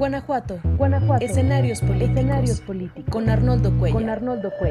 Guanajuato. Escenarios políticos. Con Arnoldo Cuellar.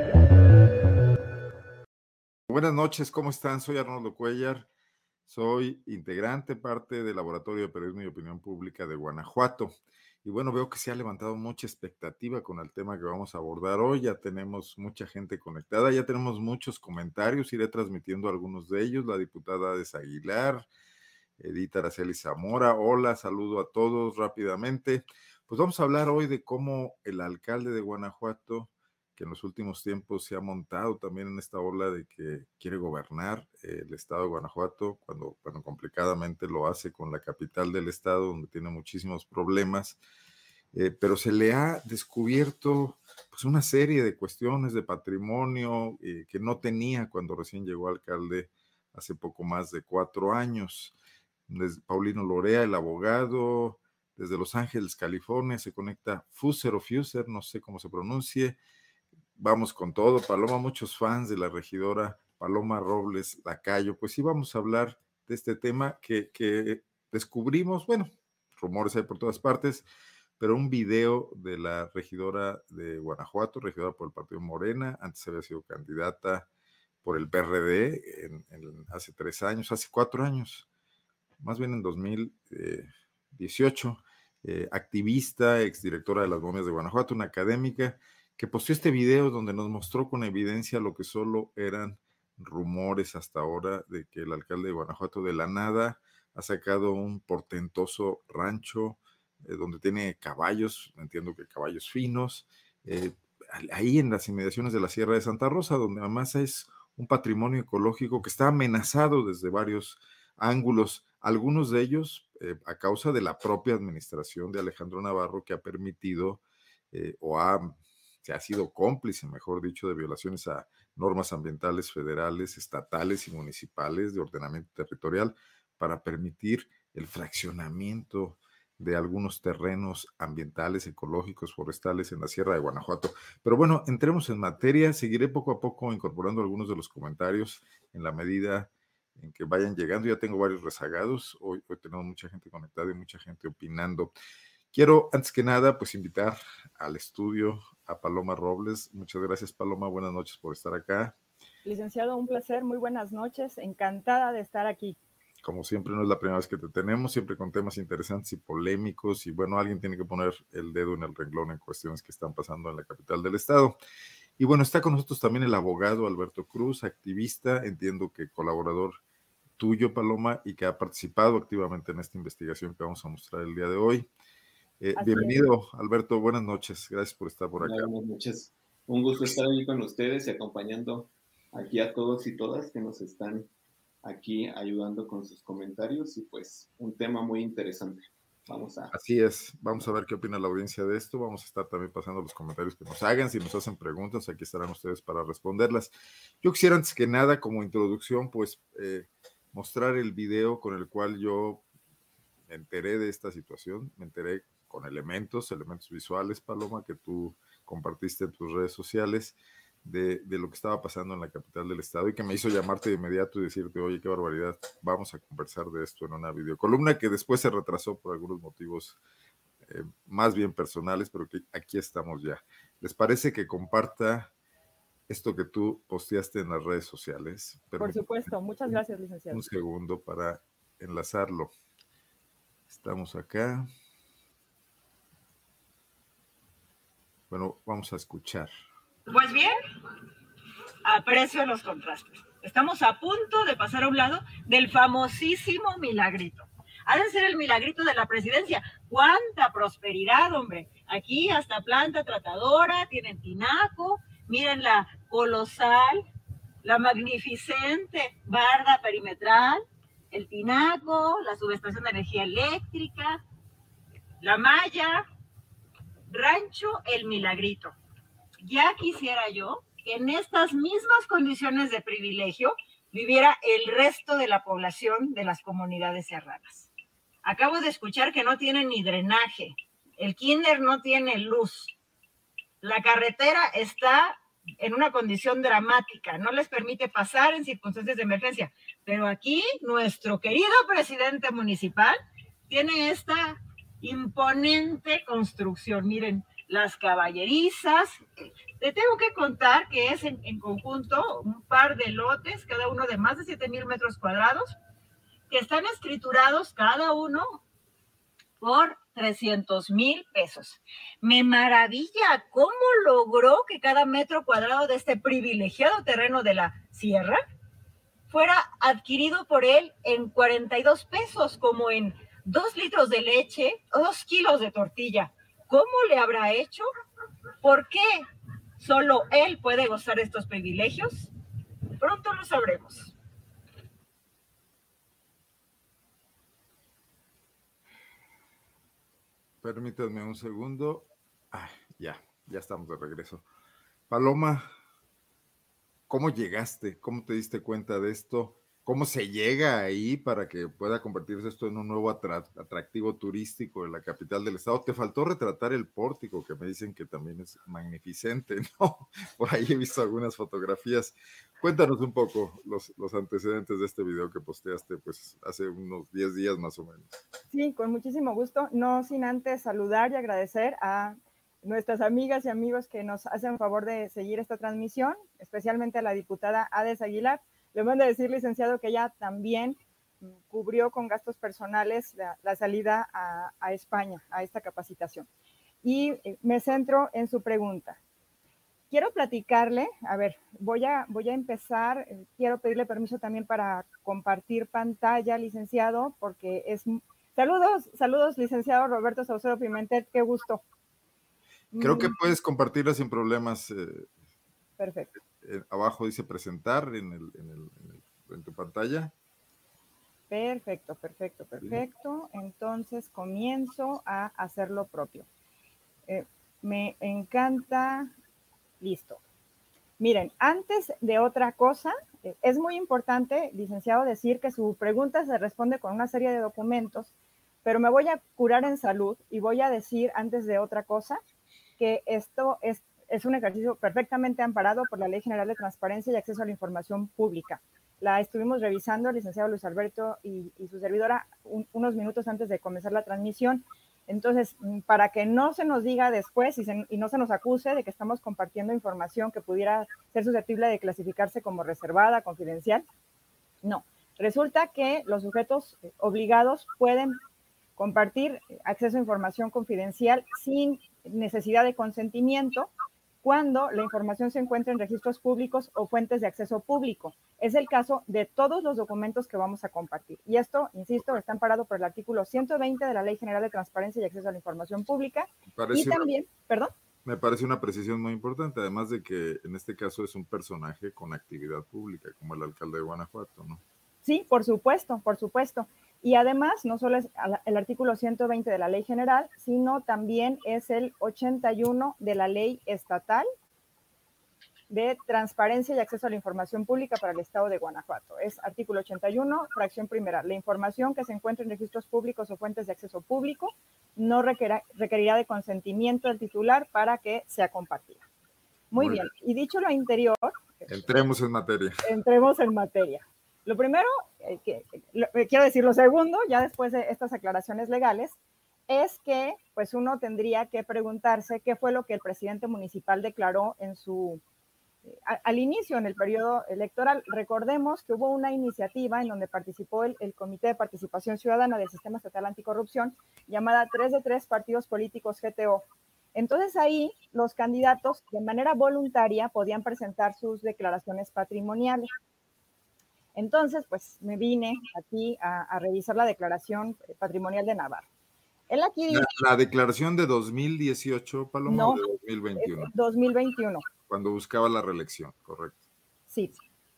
Buenas noches, ¿cómo están? Soy Arnoldo Cuellar, soy integrante, parte del Laboratorio de Periodismo y Opinión Pública de Guanajuato. Y bueno, veo que se ha levantado mucha expectativa con el tema que vamos a abordar hoy. Ya tenemos mucha gente conectada, ya tenemos muchos comentarios, iré transmitiendo algunos de ellos. La diputada Ades Aguilar, Edith Araceli Zamora, hola, saludo a todos rápidamente. Pues vamos a hablar hoy de cómo el alcalde de Guanajuato, que en los últimos tiempos se ha montado también en esta ola de que quiere gobernar el estado de Guanajuato, cuando complicadamente lo hace con la capital del estado, donde tiene muchísimos problemas, pero se le ha descubierto pues una serie de cuestiones de patrimonio que no tenía cuando recién llegó alcalde hace poco más de 4 años. Desde Paulino Lorea, el abogado, desde Los Ángeles, California, se conecta Fuser o Fuser, no sé cómo se pronuncie. Vamos con todo, Paloma, muchos fans de la regidora Paloma Robles Lacayo. Pues sí, vamos a hablar de este tema que descubrimos, bueno, rumores hay por todas partes, pero un video de la regidora de Guanajuato, regidora por el Partido Morena, antes había sido candidata por el PRD hace 3 años, hace 4 años, más bien en 2018, activista, exdirectora de las momias de Guanajuato, una académica, que posteó este video donde nos mostró con evidencia lo que solo eran rumores hasta ahora de que el alcalde de Guanajuato de la nada ha sacado un portentoso rancho donde tiene caballos, entiendo que caballos finos, ahí en las inmediaciones de la Sierra de Santa Rosa, donde además es un patrimonio ecológico que está amenazado desde varios ángulos, algunos de ellos a causa de la propia administración de Alejandro Navarro, que ha permitido se ha sido cómplice, mejor dicho, de violaciones a normas ambientales federales, estatales y municipales de ordenamiento territorial para permitir el fraccionamiento de algunos terrenos ambientales, ecológicos, forestales en la Sierra de Guanajuato. Pero bueno, entremos en materia, seguiré poco a poco incorporando algunos de los comentarios en la medida en que vayan llegando. Ya tengo varios rezagados, hoy tenemos mucha gente conectada y mucha gente opinando. Quiero, antes que nada, pues invitar al estudio a Paloma Robles. Muchas gracias, Paloma, buenas noches por estar acá. Licenciado, un placer, muy buenas noches, encantada de estar aquí. Como siempre, no es la primera vez que te tenemos, siempre con temas interesantes y polémicos, y bueno, alguien tiene que poner el dedo en el renglón en cuestiones que están pasando en la capital del estado. Y bueno, está con nosotros también el abogado Alberto Cruz, activista, entiendo que colaborador tuyo, Paloma, y que ha participado activamente en esta investigación que vamos a mostrar el día de hoy. Bienvenido, Alberto, buenas noches, gracias por estar por acá. Buenas noches, un gusto estar aquí con ustedes y acompañando aquí a todos y todas que nos están aquí ayudando con sus comentarios y pues un tema muy interesante. Así es, vamos a ver qué opina la audiencia de esto, vamos a estar también pasando los comentarios que nos hagan, si nos hacen preguntas, aquí estarán ustedes para responderlas. Yo quisiera antes que nada, como introducción, pues mostrar el video con el cual yo me enteré de esta situación, me enteré con elementos visuales, Paloma, que tú compartiste en tus redes sociales, de lo que estaba pasando en la capital del estado y que me hizo llamarte de inmediato y decirte, oye, qué barbaridad, vamos a conversar de esto en una videocolumna que después se retrasó por algunos motivos más bien personales, pero que aquí estamos ya. ¿Les parece que comparta esto que tú posteaste en las redes sociales? Por supuesto, muchas gracias, licenciado. Un segundo para enlazarlo. Estamos acá. Bueno, vamos a escuchar. Pues bien, aprecio los contrastes. Estamos a punto de pasar a un lado del famosísimo milagrito. Ha de ser el milagrito de la presidencia. ¡Cuánta prosperidad, hombre! Aquí hasta planta tratadora, tienen tinaco, miren la colosal, la magnificente barda perimetral, el tinaco, la subestación de energía eléctrica, la malla, Rancho El Milagrito. Ya quisiera yo que en estas mismas condiciones de privilegio viviera el resto de la población de las comunidades serranas. Acabo de escuchar que no tienen ni drenaje, el kinder no tiene luz, la carretera está en una condición dramática, no les permite pasar en circunstancias de emergencia, pero aquí nuestro querido presidente municipal tiene esta imponente construcción. Miren, las caballerizas. Te tengo que contar que es en conjunto un par de lotes, cada uno de más de 7,000 metros cuadrados, que están escriturados cada uno por 300,000 pesos. Me maravilla cómo logró que cada metro cuadrado de este privilegiado terreno de la sierra fuera adquirido por él en 42 pesos, como en 2 litros de leche o 2 kilos de tortilla. ¿Cómo le habrá hecho? ¿Por qué solo él puede gozar de estos privilegios? Pronto lo sabremos. Permítanme un segundo. Ya estamos de regreso. Paloma, ¿cómo llegaste? ¿Cómo te diste cuenta de esto? ¿Cómo se llega ahí para que pueda convertirse esto en un nuevo atractivo turístico de la capital del estado? Te faltó retratar el pórtico, que me dicen que también es magnificente, ¿no? Por ahí he visto algunas fotografías. Cuéntanos un poco los antecedentes de este video que posteaste pues hace unos 10 días más o menos. Sí, con muchísimo gusto. No sin antes saludar y agradecer a nuestras amigas y amigos que nos hacen favor de seguir esta transmisión, especialmente a la diputada Ades Aguilar. Le mando a decir, licenciado, que ella también cubrió con gastos personales la salida a España, a esta capacitación. Y me centro en su pregunta. Quiero platicarle, a ver, voy a empezar, quiero pedirle permiso también para compartir pantalla, licenciado, porque es... Saludos, licenciado Roberto Saucedo Pimentel, qué gusto. Creo que puedes compartirla sin problemas. Perfecto. Abajo dice presentar en tu pantalla. Perfecto. Entonces comienzo a hacer lo propio. Me encanta. Listo. Miren, antes de otra cosa, es muy importante, licenciado, decir que su pregunta se responde con una serie de documentos, pero me voy a curar en salud y voy a decir, antes de otra cosa, que esto es un ejercicio perfectamente amparado por la Ley General de Transparencia y Acceso a la Información Pública. La estuvimos revisando, el licenciado Luis Alberto y su servidora, unos minutos antes de comenzar la transmisión. Entonces, para que no se nos diga después y no se nos acuse de que estamos compartiendo información que pudiera ser susceptible de clasificarse como reservada, confidencial, no. Resulta que los sujetos obligados pueden compartir acceso a información confidencial sin necesidad de consentimiento cuando la información se encuentra en registros públicos o fuentes de acceso público. Es el caso de todos los documentos que vamos a compartir. Y esto, insisto, está amparado por el artículo 120 de la Ley General de Transparencia y Acceso a la Información Pública. Y también, me parece una precisión muy importante, además de que en este caso es un personaje con actividad pública, como el alcalde de Guanajuato, ¿no? Sí, por supuesto. Y además, no solo es el artículo 120 de la Ley General, sino también es el 81 de la Ley Estatal de Transparencia y Acceso a la Información Pública para el Estado de Guanajuato. Es artículo 81, fracción primera. La información que se encuentre en registros públicos o fuentes de acceso público no requerirá de consentimiento del titular para que sea compartida. Muy bien. Y dicho lo anterior... Entremos en materia. Lo primero, quiero decir lo segundo, ya después de estas aclaraciones legales, es que pues uno tendría que preguntarse qué fue lo que el presidente municipal declaró en al inicio, en el periodo electoral. Recordemos que hubo una iniciativa en donde participó el Comité de Participación Ciudadana del Sistema Estatal Anticorrupción, llamada 3 de 3 Partidos Políticos GTO. Entonces ahí los candidatos de manera voluntaria podían presentar sus declaraciones patrimoniales. Entonces, pues me vine aquí a revisar la declaración patrimonial de Navarro. Él aquí dice, la declaración de 2018, Paloma, no, o de 2021. 2021. Cuando buscaba la reelección, correcto. Sí.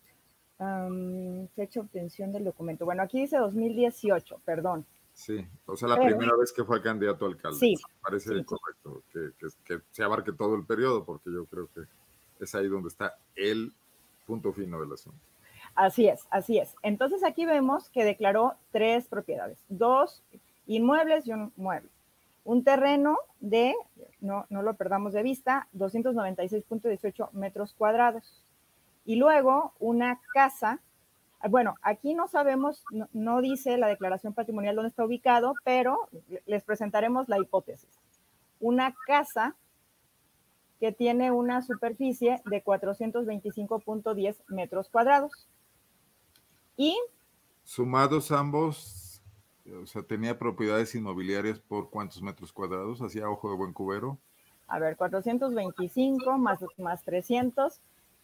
Fecha de obtención del documento. Bueno, aquí dice 2018, perdón. Sí, o sea, la primera vez que fue candidato a alcalde. Sí. Parece correcto que se abarque todo el periodo, porque yo creo que es ahí donde está el punto fino del asunto. Así es. Entonces aquí vemos que declaró 3 propiedades, 2 inmuebles y un mueble. Un terreno de, no lo perdamos de vista, 296.18 metros cuadrados. Y luego una casa Bueno, aquí no sabemos, no dice la declaración patrimonial dónde está ubicado, pero les presentaremos la hipótesis. Una casa que tiene una superficie de 425.10 metros cuadrados. Y sumados ambos, o sea, tenía propiedades inmobiliarias por ¿cuántos metros cuadrados? Hacía ojo de buen cubero. A ver, 425 más 300,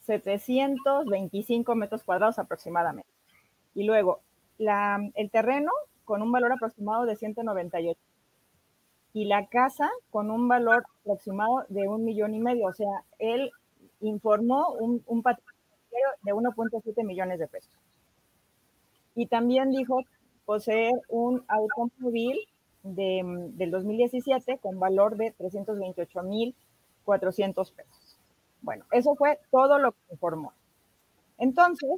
725 metros cuadrados aproximadamente. Y luego, el terreno con un valor aproximado de 198. Y la casa con un valor aproximado de 1,5 millones. O sea, él informó un patrimonio de 1.7 millones de pesos. Y también dijo poseer un automóvil del 2017 con valor de 328,400 pesos. Bueno, eso fue todo lo que informó. Entonces,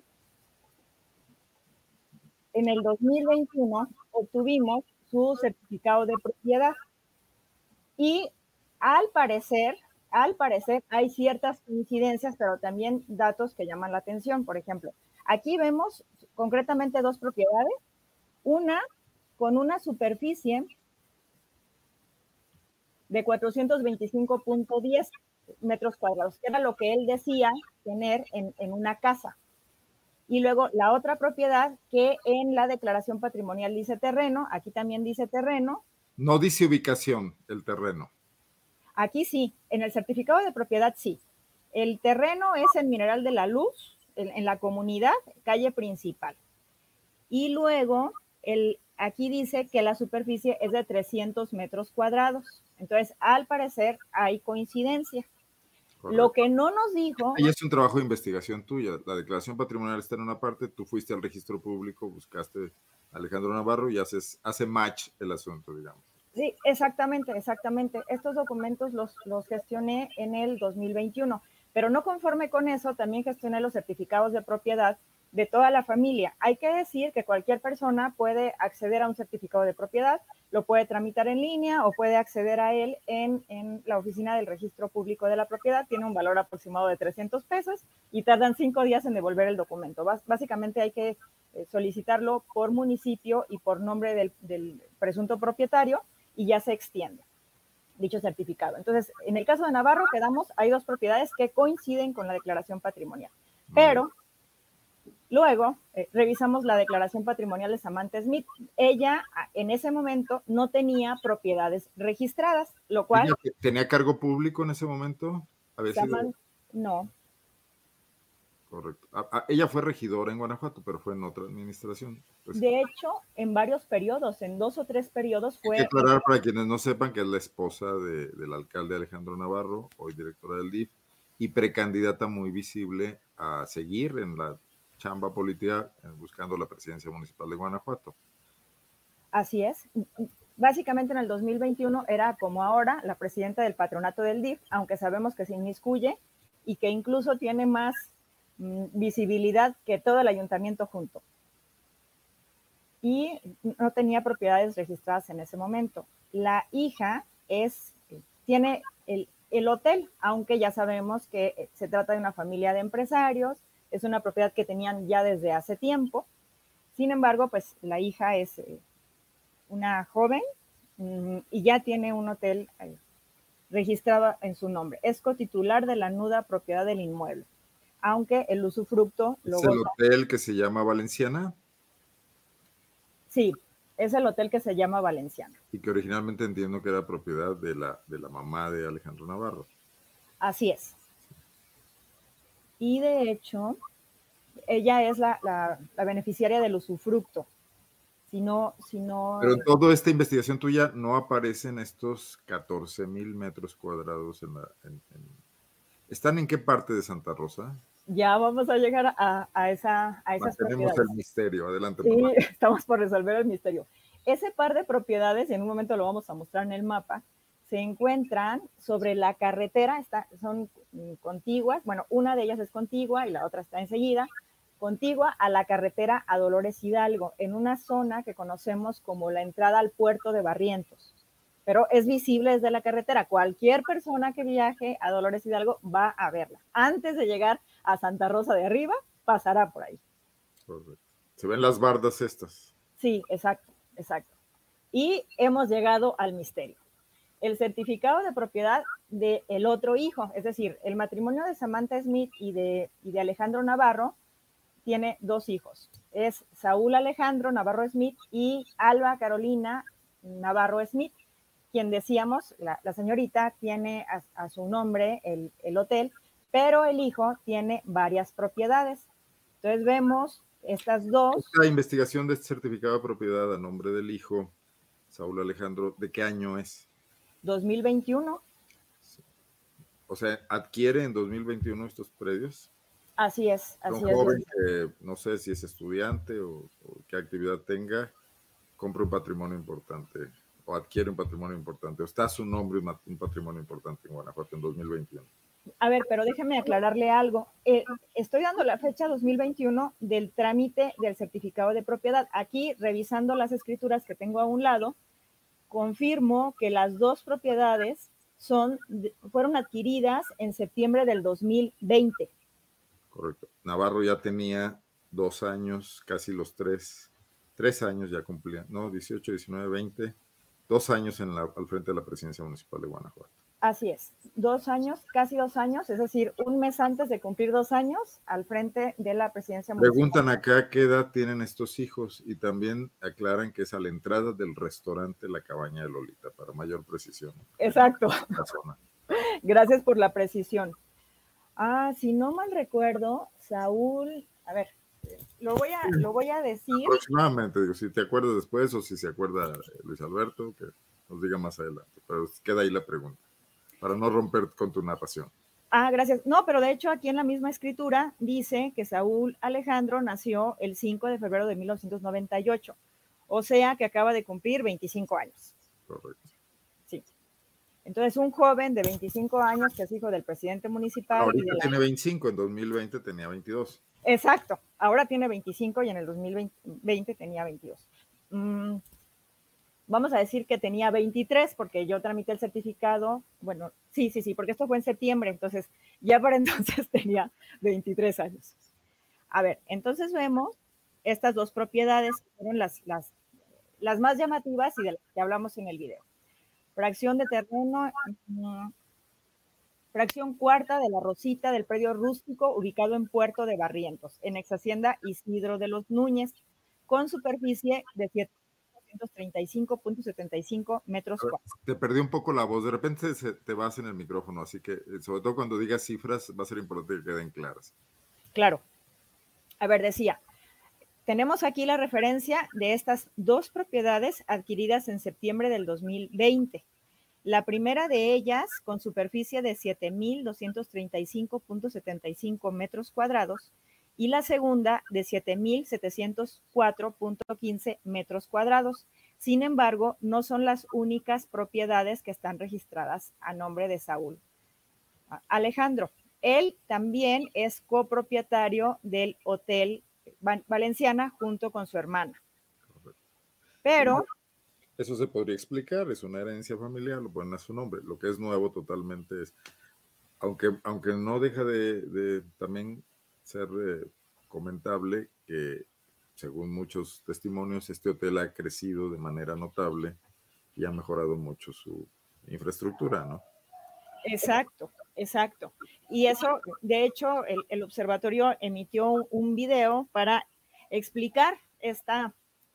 en el 2021 obtuvimos su certificado de propiedad y al parecer hay ciertas coincidencias, pero también datos que llaman la atención. Por ejemplo, aquí vemos concretamente 2 propiedades, una con una superficie de 425.10 metros cuadrados, que era lo que él decía tener en una casa. Y luego la otra propiedad que en la declaración patrimonial dice terreno, aquí también dice terreno. No dice ubicación, el terreno. Aquí sí, en el certificado de propiedad sí. El terreno es en Mineral de la Luz, en la comunidad, calle principal. Y luego, aquí dice que la superficie es de 300 metros cuadrados. Entonces, al parecer, hay coincidencia. Correcto. Lo que no nos dijo... Ahí es un trabajo de investigación tuya. La declaración patrimonial está en una parte, tú fuiste al registro público, buscaste a Alejandro Navarro y hace match el asunto, digamos. Sí, exactamente. Estos documentos los gestioné en el 2021, pero no conforme con eso, también gestioné los certificados de propiedad de toda la familia. Hay que decir que cualquier persona puede acceder a un certificado de propiedad, lo puede tramitar en línea o puede acceder a él en la oficina del registro público de la propiedad. Tiene un valor aproximado de 300 pesos y tardan 5 días en devolver el documento. Básicamente hay que solicitarlo por municipio y por nombre del presunto propietario y ya se extiende dicho certificado. Entonces, en el caso de Navarro hay 2 propiedades que coinciden con la declaración patrimonial, pero luego revisamos la declaración patrimonial de Samantha Smith. Ella en ese momento no tenía propiedades registradas, lo cual... ¿Tenía cargo público en ese momento? No. Correcto. Ella fue regidora en Guanajuato, pero fue en otra administración. Pues, de hecho, en varios periodos, en 2 o 3 periodos fue... Hay que aclarar para quienes no sepan que es la esposa del alcalde Alejandro Navarro, hoy directora del DIF, y precandidata muy visible a seguir en la chamba política buscando la presidencia municipal de Guanajuato. Así es. Básicamente en el 2021 era como ahora la presidenta del patronato del DIF, aunque sabemos que se inmiscuye y que incluso tiene más visibilidad que todo el ayuntamiento junto. Y no tenía propiedades registradas en ese momento. La hija tiene el hotel, aunque ya sabemos que se trata de una familia de empresarios, es una propiedad que tenían ya desde hace tiempo. Sin embargo, pues la hija es una joven y ya tiene un hotel registrado en su nombre. Es cotitular de la nuda propiedad del inmueble, aunque el usufructo lo goza. ¿Es el hotel que se llama Valenciana? Sí, es el hotel que se llama Valenciana. Y que originalmente entiendo que era propiedad de la mamá de Alejandro Navarro. Así es. Y de hecho, ella es la beneficiaria del usufructo. Si no... Pero en toda esta investigación tuya no aparecen estos 14,000 metros cuadrados ¿Están en qué parte de Santa Rosa? Ya vamos a llegar a esas propiedades. Tenemos el misterio, adelante. Sí, estamos por resolver el misterio. Ese par de propiedades, y en un momento lo vamos a mostrar en el mapa, se encuentran sobre la carretera, son contiguas, bueno, una de ellas es contigua y la otra está enseguida, contigua a la carretera a Dolores Hidalgo, en una zona que conocemos como la entrada al puerto de Barrientos. Pero es visible desde la carretera. Cualquier persona que viaje a Dolores Hidalgo va a verla. Antes de llegar a Santa Rosa de Arriba, pasará por ahí. Correcto. Se ven las bardas estas. Sí, exacto, exacto. Y hemos llegado al misterio. El certificado de propiedad del otro hijo, es decir, el matrimonio de Samantha Smith y de Alejandro Navarro, tiene 2 hijos. Es Saúl Alejandro Navarro Smith y Alba Carolina Navarro Smith, quien decíamos, la señorita tiene a su nombre el hotel, pero el hijo tiene varias propiedades. Entonces vemos estas 2. La investigación de este certificado de propiedad a nombre del hijo, Saúl Alejandro, ¿de qué año es? 2021. O sea, ¿adquiere en 2021 estos predios? Así es, así Un es. joven que no sé si es estudiante o qué actividad tenga, compra un patrimonio importante o adquiere un patrimonio importante, o está a su nombre un patrimonio importante en Guanajuato en 2021. A ver, pero déjeme aclararle algo. Estoy dando la fecha 2021 del trámite del certificado de propiedad. Aquí, revisando las escrituras que tengo a un lado, confirmo que las 2 propiedades fueron adquiridas en septiembre del 2020. Correcto. Navarro ya tenía 2 años, casi los 3 años ya cumplía, no, 18, 19, 20, 2 años al frente de la presidencia municipal de Guanajuato. Así es, 2 años, casi 2 años, es decir, un mes antes de cumplir 2 años al frente de la presidencia municipal. Preguntan acá qué edad tienen estos hijos y también aclaran que es a la entrada del restaurante La Cabaña de Lolita, para mayor precisión. Exacto. Gracias por la precisión. Si no mal recuerdo, Saúl, a ver, lo voy a decir. Aproximadamente, digo, si te acuerdas después o si se acuerda Luis Alberto, que nos diga más adelante, pero queda ahí la pregunta, para no romper con tu narración. Gracias. No, pero de hecho aquí en la misma escritura dice que Saúl Alejandro nació el 5 de febrero de 1998, o sea que acaba de cumplir 25 años. Correcto. Sí. Entonces, un joven de 25 años que es hijo del presidente municipal. Ahorita tiene 25, en 2020 tenía 22. Exacto, ahora tiene 25 y en el 2020 tenía 22. Vamos a decir que tenía 23 porque yo tramité el certificado, bueno, sí, porque esto fue en septiembre, entonces ya para entonces tenía 23 años. A ver, entonces vemos estas 2 propiedades que fueron las más llamativas y de las que hablamos en el video. Fracción de terreno, fracción cuarta de la Rosita del predio rústico ubicado en Puerto de Barrientos, en ex hacienda Isidro de los Núñez, con superficie de 735.75 metros cuadrados. Te perdí un poco la voz, de repente te vas en el micrófono, así que sobre todo cuando digas cifras va a ser importante que queden claras. Claro. A ver, decía, tenemos aquí la referencia de estas 2 propiedades adquiridas en septiembre del 2020. La primera de ellas, con superficie de 7.235.75 metros cuadrados, y la segunda de 7.704.15 metros cuadrados. Sin embargo, no son las únicas propiedades que están registradas a nombre de Saúl Alejandro. Él también es copropietario del Hotel Valenciana junto con su hermana. Pero eso se podría explicar, es una herencia familiar, lo ponen a su nombre. Lo que es nuevo totalmente es, aunque no deja de también ser comentable que, según muchos testimonios, este hotel ha crecido de manera notable y ha mejorado mucho su infraestructura, ¿no? Exacto. Y eso, de hecho, el observatorio emitió un video para explicar esta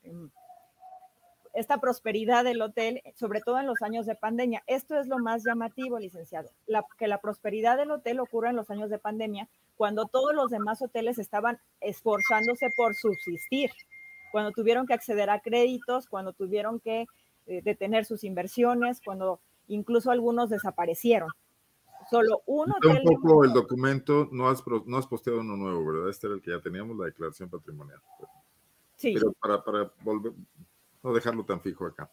prosperidad del hotel, sobre todo en los años de pandemia. Esto es lo más llamativo, licenciado, que la prosperidad del hotel ocurre en los años de pandemia, cuando todos los demás hoteles estaban esforzándose por subsistir, cuando tuvieron que acceder a créditos, cuando tuvieron que detener sus inversiones, cuando incluso algunos desaparecieron. Solo un hotel. Un poco el documento, no has posteado uno nuevo, ¿verdad? Este era el que ya teníamos, la declaración patrimonial. Sí. Pero para volver, no dejarlo tan fijo acá.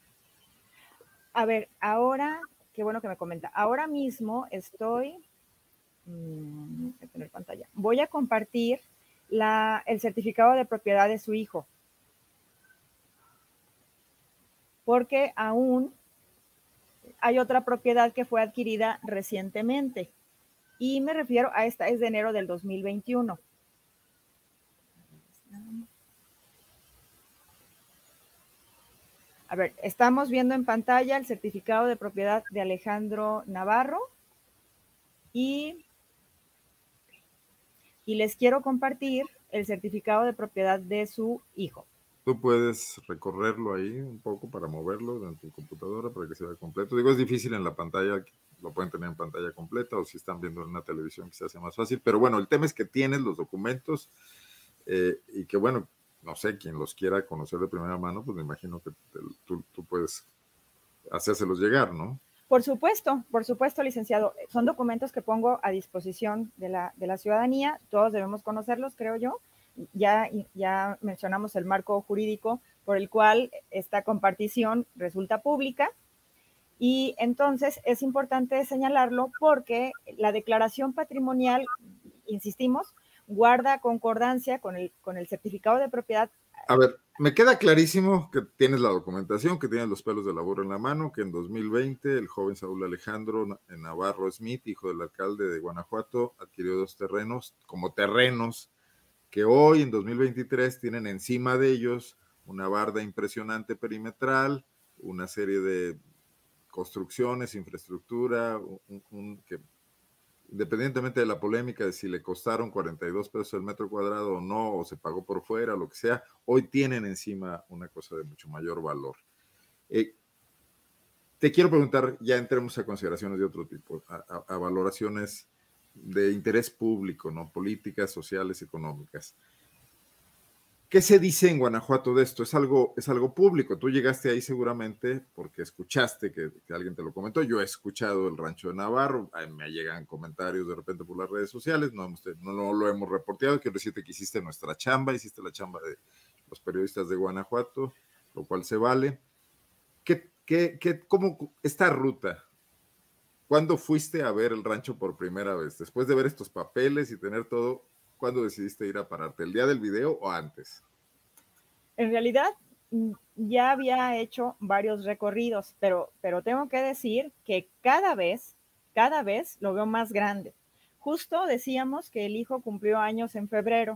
A ver, ahora, qué bueno que me comenta. Ahora mismo estoy, voy a tener pantalla. Voy a compartir el certificado de propiedad de su hijo. Porque aún hay otra propiedad que fue adquirida recientemente. Y me refiero a esta, es de enero del 2021. A ver, estamos viendo en pantalla el certificado de propiedad de Alejandro Navarro y les quiero compartir el certificado de propiedad de su hijo. Tú puedes recorrerlo ahí un poco para moverlo en tu computadora para que se vea completo. Digo, es difícil en la pantalla, lo pueden tener en pantalla completa, o si están viendo en una televisión quizás sea más fácil, pero bueno, el tema es que tienes los documentos y que bueno, no sé, quien los quiera conocer de primera mano, pues me imagino que tú puedes hacérselos llegar, ¿no? Por supuesto, licenciado. Son documentos que pongo a disposición de la ciudadanía. Todos debemos conocerlos, creo yo. Ya mencionamos el marco jurídico por el cual esta compartición resulta pública. Y entonces es importante señalarlo porque la declaración patrimonial, insistimos, guarda concordancia con el certificado de propiedad. A ver, me queda clarísimo que tienes la documentación, que tienes los pelos de la burra en la mano, que en 2020 el joven Saúl Alejandro Navarro Smith, hijo del alcalde de Guanajuato, adquirió 2 terrenos como terrenos que hoy en 2023 tienen encima de ellos una barda impresionante perimetral, una serie de construcciones, infraestructura, que independientemente de la polémica de si le costaron 42 pesos el metro cuadrado o no, o se pagó por fuera, lo que sea, hoy tienen encima una cosa de mucho mayor valor. Te quiero preguntar, ya entremos a consideraciones de otro tipo, a valoraciones de interés público, ¿no? Políticas, sociales, económicas. ¿Qué se dice en Guanajuato de esto? Es algo público. Tú llegaste ahí seguramente porque escuchaste que alguien te lo comentó. Yo he escuchado el Rancho de Navarro, me llegan comentarios de repente por las redes sociales, no lo hemos reporteado. Quiero decirte que hiciste nuestra chamba, hiciste la chamba de los periodistas de Guanajuato, lo cual se vale. ¿Cómo esta ruta? ¿Cuándo fuiste a ver el rancho por primera vez? Después de ver estos papeles y tener todo, ¿cuándo decidiste ir a pararte? ¿El día del video o antes? En realidad, ya había hecho varios recorridos, pero tengo que decir que cada vez lo veo más grande. Justo decíamos que el hijo cumplió años en febrero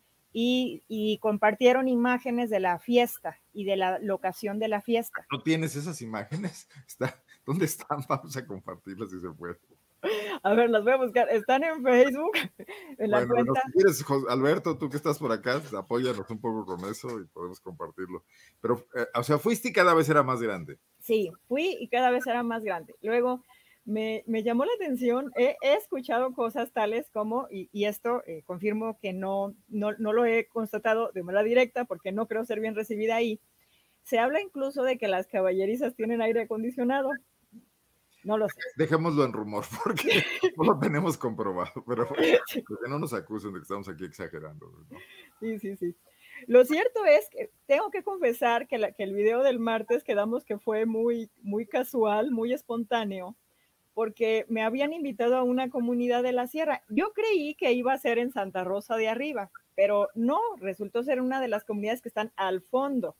y compartieron imágenes de la fiesta y de la locación de la fiesta. ¿No tienes esas imágenes? ¿Dónde están? Vamos a compartirlas si se puede. A ver, las voy a buscar. Están en Facebook, en la cuenta. Si quieres, Alberto, tú que estás por acá, apóyanos un poco con eso y podemos compartirlo. Pero, o sea, fuiste y cada vez era más grande. Sí, fui y cada vez era más grande. Luego me llamó la atención, he escuchado cosas tales como, y esto confirmo que no lo he constatado de manera directa porque no creo ser bien recibida ahí. Se habla incluso de que las caballerizas tienen aire acondicionado. No lo sé. Dejémoslo en rumor porque no lo tenemos comprobado, pero que no nos acusen de que estamos aquí exagerando, ¿no? Sí. Lo cierto es que tengo que confesar que el video del martes quedamos que fue muy, muy casual, muy espontáneo, porque me habían invitado a una comunidad de la sierra. Yo creí que iba a ser en Santa Rosa de Arriba, pero no, resultó ser una de las comunidades que están al fondo,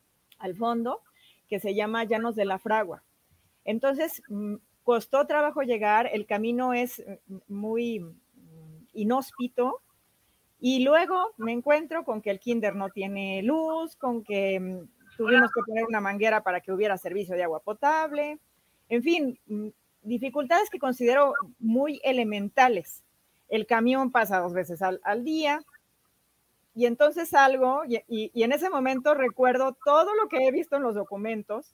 que se llama Llanos de la Fragua. Entonces, costó trabajo llegar, el camino es muy inhóspito, y luego me encuentro con que el kinder no tiene luz, con que tuvimos que poner una manguera para que hubiera servicio de agua potable, en fin, dificultades que considero muy elementales. El camión pasa 2 veces al día, y entonces salgo, y en ese momento recuerdo todo lo que he visto en los documentos,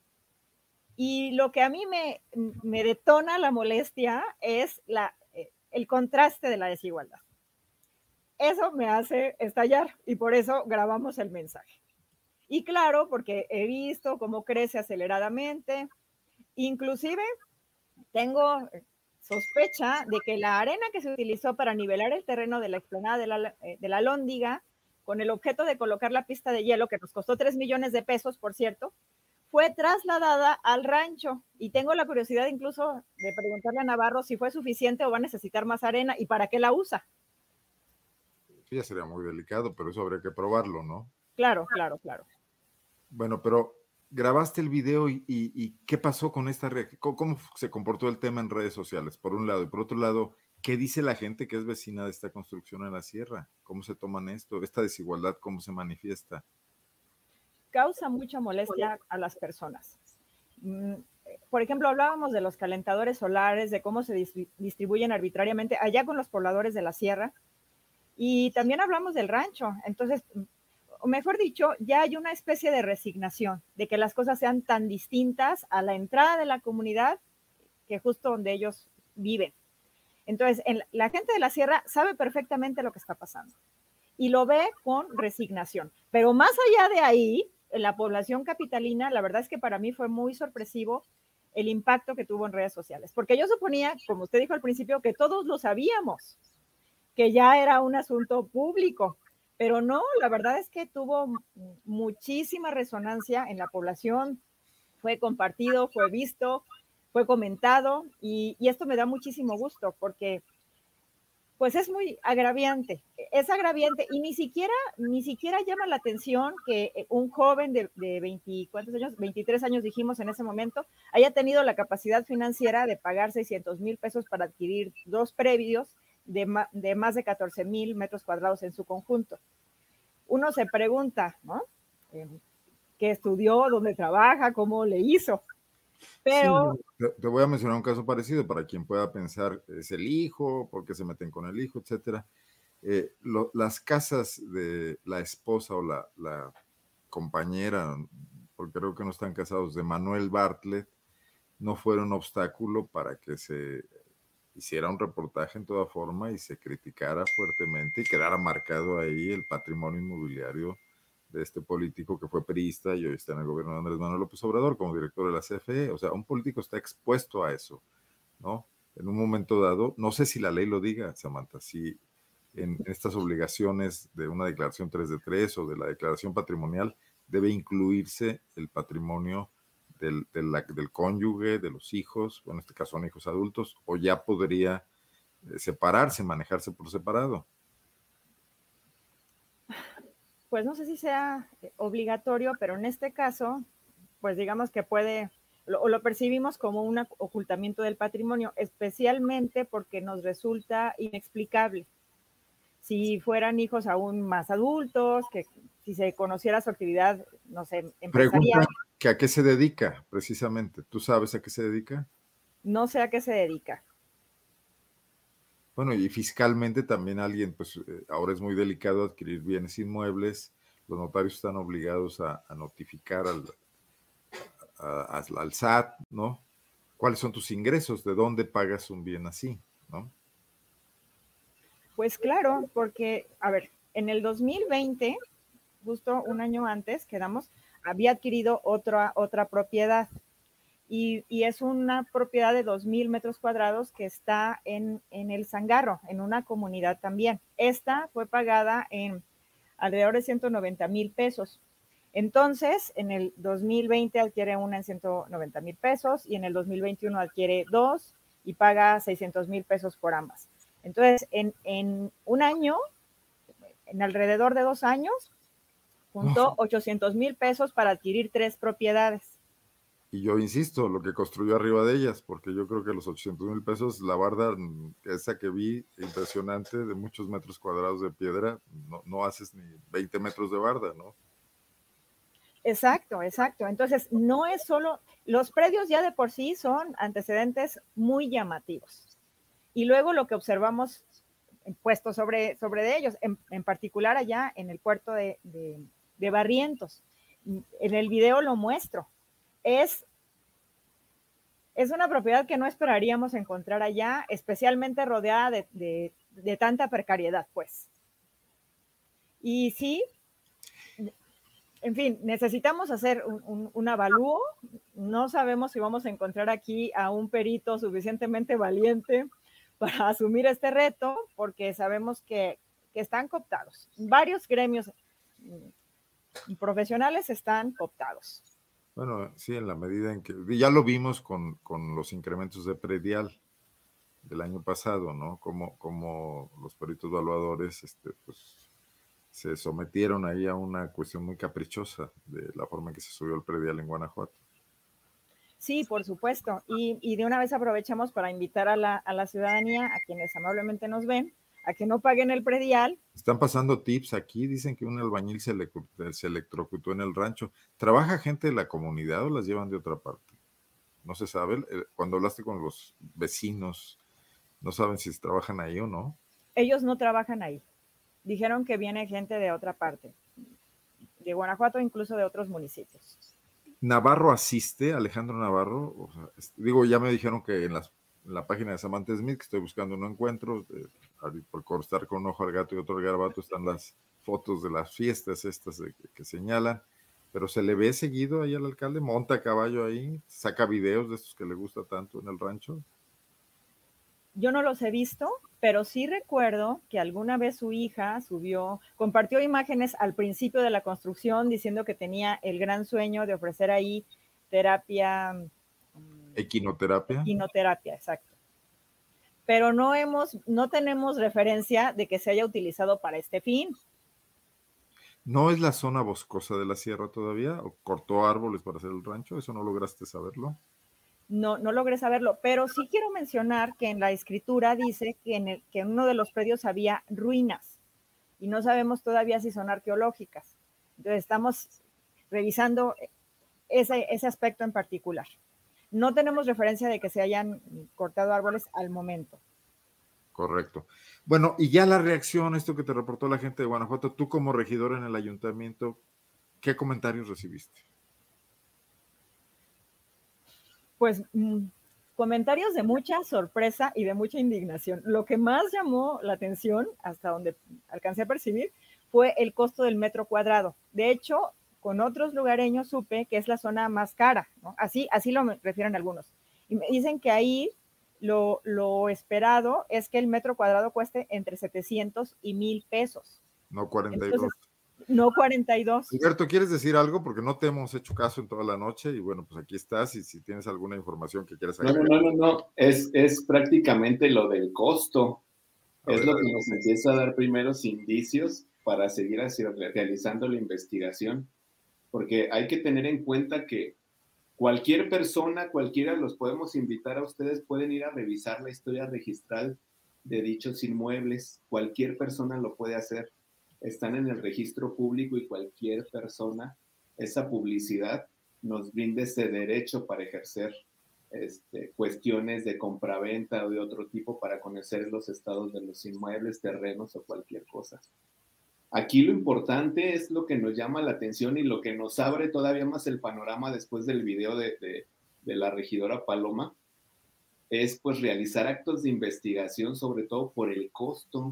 y lo que a mí me detona la molestia es el contraste de la desigualdad. Eso me hace estallar y por eso grabamos el mensaje. Y claro, porque he visto cómo crece aceleradamente, inclusive tengo sospecha de que la arena que se utilizó para nivelar el terreno de la explanada de la Lóndiga, con el objeto de colocar la pista de hielo, que nos costó 3 millones de pesos, por cierto, fue trasladada al rancho. Y tengo la curiosidad incluso de preguntarle a Navarro si fue suficiente o va a necesitar más arena y para qué la usa. Sí, ya sería muy delicado, pero eso habría que probarlo, ¿no? Claro. Bueno, pero grabaste el video y ¿qué pasó con esta reacción? ¿Cómo se comportó el tema en redes sociales, por un lado? Y por otro lado, ¿qué dice la gente que es vecina de esta construcción en la sierra? ¿Cómo se toman esto? ¿Esta desigualdad cómo se manifiesta? causa mucha molestia a las personas. Por ejemplo, hablábamos de los calentadores solares, de cómo se distribuyen arbitrariamente allá con los pobladores de la sierra, y también hablamos del rancho. Entonces, o mejor dicho, ya hay una especie de resignación de que las cosas sean tan distintas a la entrada de la comunidad que justo donde ellos viven. Entonces, la gente de la sierra sabe perfectamente lo que está pasando y lo ve con resignación. Pero más allá de ahí, en la población capitalina, la verdad es que para mí fue muy sorpresivo el impacto que tuvo en redes sociales, porque yo suponía, como usted dijo al principio, que todos lo sabíamos, que ya era un asunto público, pero no, la verdad es que tuvo muchísima resonancia en la población, fue compartido, fue visto, fue comentado, y esto me da muchísimo gusto porque pues es muy agraviante, es agraviante, y ni siquiera llama la atención que un joven de 20, ¿cuántos años? 23 años dijimos en ese momento, haya tenido la capacidad financiera de pagar 600,000 pesos para adquirir 2 predios de más de 14,000 metros cuadrados en su conjunto. Uno se pregunta, ¿no? ¿Qué estudió? ¿Dónde trabaja? ¿Cómo le hizo? Pero sí, te voy a mencionar un caso parecido para quien pueda pensar, es el hijo, por qué se meten con el hijo, etcétera. Las casas de la esposa o la compañera, porque creo que no están casados, de Manuel Bartlett, no fueron obstáculo para que se hiciera un reportaje en toda forma y se criticara fuertemente y quedara marcado ahí el patrimonio inmobiliario de este político que fue priista y hoy está en el gobierno de Andrés Manuel López Obrador como director de la CFE. O sea, un político está expuesto a eso, ¿no? En un momento dado, no sé si la ley lo diga, Samantha, si en estas obligaciones de una declaración 3 de 3 o de la declaración patrimonial debe incluirse el patrimonio del cónyuge, de los hijos, bueno, en este caso son hijos adultos, o ya podría separarse, manejarse por separado. Pues no sé si sea obligatorio, pero en este caso, pues digamos que lo percibimos como un ocultamiento del patrimonio, especialmente porque nos resulta inexplicable. Si fueran hijos aún más adultos, que si se conociera su actividad, no sé, empresarial. Pregunta que a qué se dedica, precisamente. ¿Tú sabes a qué se dedica? No sé a qué se dedica. Bueno, y fiscalmente también alguien, pues ahora es muy delicado adquirir bienes inmuebles, los notarios están obligados a notificar al SAT, ¿no? ¿Cuáles son tus ingresos? ¿De dónde pagas un bien así, no? Pues claro, porque, a ver, en el 2020, justo un año antes, había adquirido otra propiedad. Y es una propiedad de 2,000 metros cuadrados que está en el Zangarro, en una comunidad también. Esta fue pagada en alrededor de 190,000 pesos. Entonces, en el 2020 adquiere una en 190,000 pesos y en el 2021 adquiere 2 y paga 600,000 pesos por ambas. Entonces, en un año, en alrededor de 2 años, juntó 800,000 pesos para adquirir 3 propiedades. Y yo insisto, lo que construyó arriba de ellas, porque yo creo que los 800,000 pesos, la barda esa que vi, impresionante, de muchos metros cuadrados de piedra, no haces ni 20 metros de barda, ¿no? Exacto. Entonces, no es solo, los predios ya de por sí son antecedentes muy llamativos. Y luego lo que observamos puesto sobre de ellos, en particular allá en el puerto de Barrientos. En el video lo muestro. Es una propiedad que no esperaríamos encontrar allá, especialmente rodeada de tanta precariedad, pues. Y sí, en fin, necesitamos hacer un avalúo. No sabemos si vamos a encontrar aquí a un perito suficientemente valiente para asumir este reto, porque sabemos que están cooptados. Varios gremios profesionales están cooptados. Bueno, sí, en la medida en que ya lo vimos con los incrementos de predial del año pasado, ¿no? Como los peritos evaluadores, pues, se sometieron ahí a una cuestión muy caprichosa de la forma en que se subió el predial en Guanajuato. Sí, por supuesto. Y de una vez aprovechamos para invitar a la ciudadanía, a quienes amablemente nos ven, a que no paguen el predial. Están pasando tips aquí, dicen que un albañil se electrocutó en el rancho. ¿Trabaja gente de la comunidad o las llevan de otra parte? No se sabe. Cuando hablaste con los vecinos, no saben si trabajan ahí o no. Ellos no trabajan ahí. Dijeron que viene gente de otra parte, de Guanajuato, incluso de otros municipios. ¿Navarro asiste, Alejandro Navarro? O sea, digo, ya me dijeron que en la página de Samantha Smith, que estoy buscando, no encuentro, por cortar con un ojo al gato y otro al garabato, están las fotos de las fiestas estas que señala, pero se le ve seguido ahí al alcalde, monta a caballo ahí, saca videos de estos que le gusta tanto en el rancho. Yo no los he visto, pero sí recuerdo que alguna vez su hija compartió imágenes al principio de la construcción diciendo que tenía el gran sueño de ofrecer ahí terapia. Equinoterapia. Equinoterapia, exacto. Pero no tenemos referencia de que se haya utilizado para este fin. ¿No es la zona boscosa de la sierra todavía? ¿O cortó árboles para hacer el rancho? ¿Eso no lograste saberlo? No logré saberlo, pero sí quiero mencionar que en la escritura dice que en uno de los predios había ruinas y no sabemos todavía si son arqueológicas. Entonces estamos revisando ese aspecto en particular. No tenemos referencia de que se hayan cortado árboles al momento. Correcto. Bueno, y ya la reacción, esto que te reportó la gente de Guanajuato, tú como regidor en el ayuntamiento, ¿qué comentarios recibiste? Pues comentarios de mucha sorpresa y de mucha indignación. Lo que más llamó la atención, hasta donde alcancé a percibir, fue el costo del metro cuadrado. De hecho, con otros lugareños supe que es la zona más cara, ¿no? Así lo refieren algunos. Y me dicen que ahí lo esperado es que el metro cuadrado cueste entre 700 y 1,000 pesos. No 42. Entonces, no 42. Alberto, ¿quieres decir algo? Porque no te hemos hecho caso en toda la noche y bueno, pues aquí estás y si tienes alguna información que quieras agregar. No. Es prácticamente lo del costo. Es lo que nos empieza a dar primeros indicios para seguir realizando la investigación. Porque hay que tener en cuenta que cualquier persona, cualquiera, los podemos invitar a ustedes, pueden ir a revisar la historia registral de dichos inmuebles. Cualquier persona lo puede hacer. Están en el registro público y cualquier persona, esa publicidad nos brinda ese derecho para ejercer cuestiones de compraventa o de otro tipo para conocer los estados de los inmuebles, terrenos o cualquier cosa. Aquí lo importante es lo que nos llama la atención y lo que nos abre todavía más el panorama después del video de la regidora Paloma, es pues realizar actos de investigación, sobre todo por el costo.